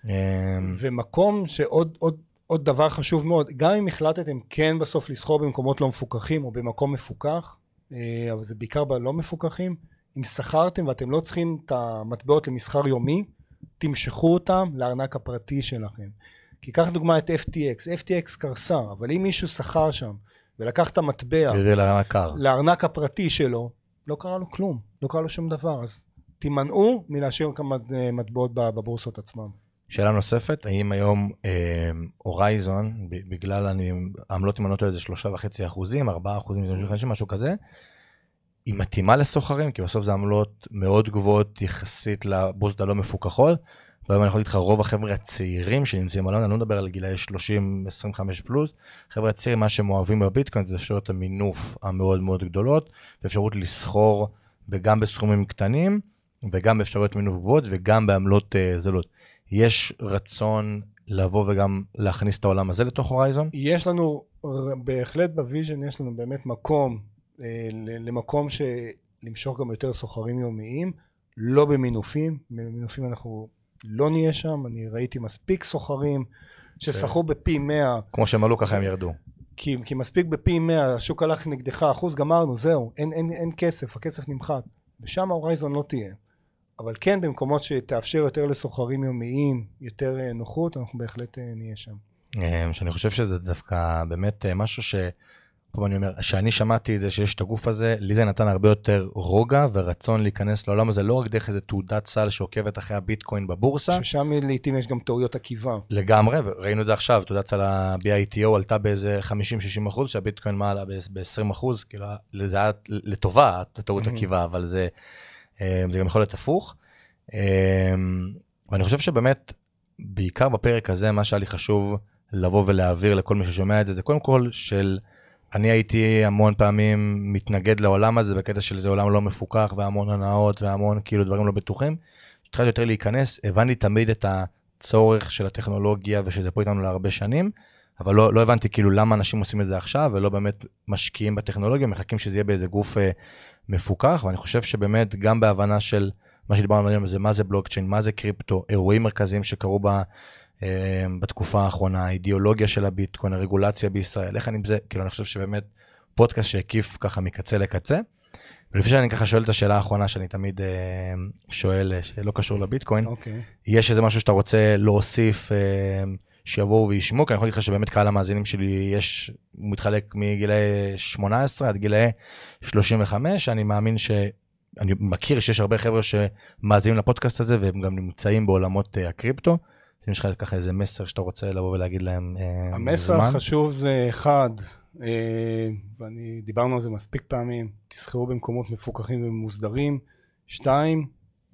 ומקום שעוד עוד, עוד דבר חשוב מאוד, גם אם החלטתם כן בסוף לסחור במקומות לא מפוקחים או במקום מפוקח, אבל זה בעיקר בלא מפוקחים, אם שכרתם ואתם לא צריכים את המטבעות למסחר יומי, תמשכו אותם לארנק הפרטי שלכם. כי קח דוגמה את אף טי אקס, אף טי אקס קרסה, אבל אם מישהו שכר שם ולקח את המטבע לארנק, לארנק הפרטי שלו, לא קרה לו כלום, לא קרה לו שום דבר, אז תימנעו מלהשאיר כמה מטבעות בבורסות עצמם. שאלה נוספת, האם היום הורייזון, בגלל העמלות אם אני לא טועה, זה שלושה וחצי אחוזים, ארבעה אחוזים, משהו כזה, היא מתאימה לסוחרים, כי בסוף זה עמלות מאוד גבוהות יחסית לבורסות הלא מפוקחות, והיום אני יכול להתחיל רוב החבר'ה הצעירים שנמצאים עליהם, אני לא מדבר על גילאי שלושים עשרים וחמש פלוס, חבר'ה הצעירים, מה שהם אוהבים בביטקוין, זה אפשרות המינוף המאוד מאוד גדולות, ואפשרות לסחור גם בסכומים קטנים, וגם באפשרויות מינוף גבוהות, וגם בעמלות uh, זלות. יש רצון לבוא וגם להכניס את העולם הזה לתוך הורייזון? יש לנו, בהחלט בוויז'ן, יש לנו באמת מקום, אה, למקום שלמשוך גם יותר סוחרים יומיים, לא במינופים, במינופים אנחנו לא נהיה שם, אני ראיתי מספיק סוחרים ששחרו בפי מאה. כמו שהם עלו ככה הם ירדו. כי, כי מספיק בפי מאה, השוק הלך נגדך, אחוז גמרנו, זהו, אין, אין, אין כסף, הכסף נמחק. ושם הורייזון לא תהיה. אבל כן, במקומות שתאפשר יותר לסוחרים יומיים, יותר נוחות, אנחנו בהחלט נהיה שם. שאני חושב שזה דווקא באמת משהו ש... כמו אני אומר, שאני שמעתי את זה שיש את הגוף הזה, לי זה נתן הרבה יותר רוגע ורצון להיכנס לעולם הזה, לא רק דרך איזה תעודת סל שעוקבת אחרי הביטקוין בבורסה. ששם לעתים יש גם טעויות עקיבה. לגמרי, וראינו את זה עכשיו, תעודת סל ה-בי איי טי או עלתה באיזה חמישים שישים אחוז, שהביטקוין מעלה ב-עשרים אחוז, כאילו זה היה לטובה, טעות עקיבה, אבל זה, זה גם יכול להיות הפוך. ואני חושב שבאמת, בעיקר בפרק הזה, מה שהיה לי חשוב לבוא ולהעביר לכל מי ששומע את זה, זה קודם כל של אני הייתי המון פעמים מתנגד לעולם הזה, בקטע של זה עולם לא מפוקח, והמון הנאות, והמון כאילו דברים לא בטוחים. התחלתי יותר להיכנס, הבנתי תמיד את הצורך של הטכנולוגיה, ושזה פה איתנו להרבה שנים, אבל לא, לא הבנתי כאילו למה אנשים עושים את זה עכשיו, ולא באמת משקיעים בטכנולוגיה, מחכים שזה יהיה באיזה גוף אה, מפוקח, ואני חושב שבאמת גם בהבנה של מה שדיברנו היום, זה מה זה בלוקצ'יין, מה זה קריפטו, אירועים מרכזיים שקרו בה, בתקופה האחרונה, האידיאולוגיה של הביטקוין, הרגולציה בישראל, איך אני בזה, כאילו אני חושב שבאמת פודקאסט שהקיף ככה מקצה לקצה, ולפי שאני ככה שואל את השאלה האחרונה שאני תמיד שואל, שלא קשור לביטקוין, okay. יש איזה משהו שאתה רוצה להוסיף, שיבואו וישמו, כי אני יכול להגיד לך שבאמת קהל המאזינים שלי יש, הוא מתחלק מגילי שמונה עשרה עד גילי שלושים וחמש, אני מאמין ש... אני מכיר שיש הרבה חבר'ה שמאזינים לפודקאסט הזה, והם גם נמצאים בעולמות הקריפטו, אם יש לך ככה איזה מסר שאתה רוצה לבוא ולהגיד להם זמן? המסר החשוב זה אחד, ואני דיברנו על זה מספיק פעמים, תסחרו במקומות מפוקחים ומוסדרים. שתיים,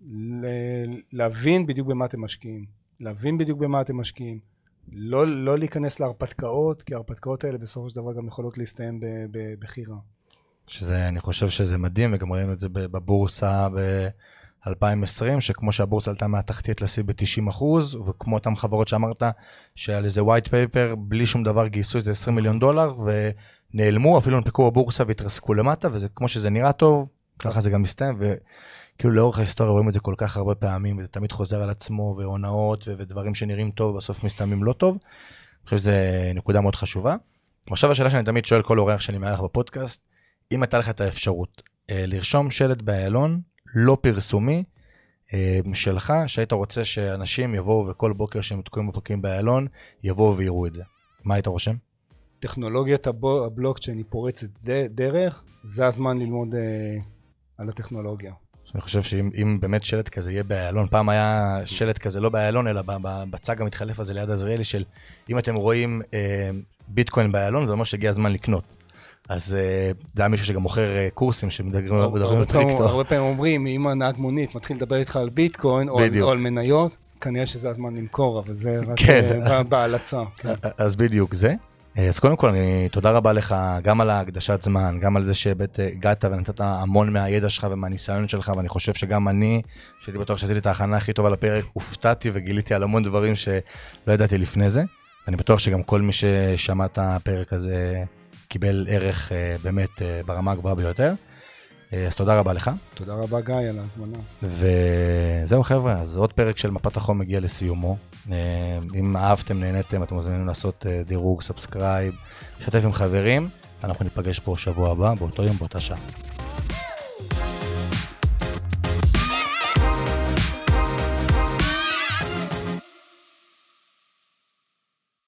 להבין בדיוק במה אתם משקיעים. להבין בדיוק במה אתם משקיעים. לא, לא להיכנס להרפתקאות, כי ההרפתקאות האלה בסופו של דבר גם יכולות להסתיים בבחירה. שזה, אני חושב שזה מדהים, וגם ראינו את זה בבורסה ב-אלפיים עשרים, שכמו שהבורסה עלתה מהתחתית לשיא ב-תשעים אחוז, וכמו אותם חברות שאמרת, שעל איזה white paper, בלי שום דבר גייסו איזה עשרים מיליון דולר, ונעלמו, אפילו נפקו בבורסה והתרסקו למטה, וזה כמו שזה נראה טוב, ככה זה גם מסתיים, וכאילו לאורך ההיסטוריה רואים את זה כל כך הרבה פעמים, וזה תמיד חוזר על עצמו, והונאות, ודברים שנראים טוב, בסוף מסתיימים לא טוב. אני חושב שזו נקודה מאוד חשובה. עכשיו השאלה שאני תמיד שואל כל אורח שאני מארח בפודקאסט, אם הייתה לך את האפשרות לרשום שלט באיילון, לא פרסומי, שלך, שהיית רוצה שאנשים יבואו וכל בוקר שהם תקועים בפרקים באיילון, יבואו ויראו את זה. מה היית רושם? טכנולוגיית הבלוקצ'יין היא פורצת דרך, זה הזמן ללמוד על הטכנולוגיה. אני חושב שאם באמת שלט כזה יהיה באיילון, פעם היה שלט כזה לא באיילון, אלא בצג המתחלף הזה ליד עזריאלי, של אם אתם רואים ביטקוין באיילון, זה אומר שהגיע הזמן לקנות. אז זה היה מישהו שגם מוכר קורסים שמדברים על קריפטו. הרבה פעמים אומרים, אם הנהג מונית מתחיל לדבר איתך על ביטקוין או על מניות, כנראה שזה הזמן למכור, אבל זה רק בהלצה. אז בדיוק זה. אז קודם כל, אני תודה רבה לך גם על ההקדשת זמן, גם על זה שבאת הגעת ונתת המון מהידע שלך ומהניסיון שלך, ואני חושב שגם אני, שהייתי בטוח שעשיתי את ההכנה הכי טובה לפרק, הופתעתי וגיליתי על המון דברים שלא ידעתי לפני זה. ואני בטוח שגם כל מי ששמע את הפרק הזה קיבל ערך באמת ברמה הגבוהה ביותר. אז תודה רבה לך. תודה רבה גיא על ההזמנה. וזהו חבר'ה, אז עוד פרק של מפת החום מגיע לסיומו. אם אהבתם, נהנתם, אתם מוזמנים לעשות דירוג, סאבסקרייב, לשתף עם חברים. אנחנו ניפגש פה שבוע הבא, באותו יום, באותה שעה.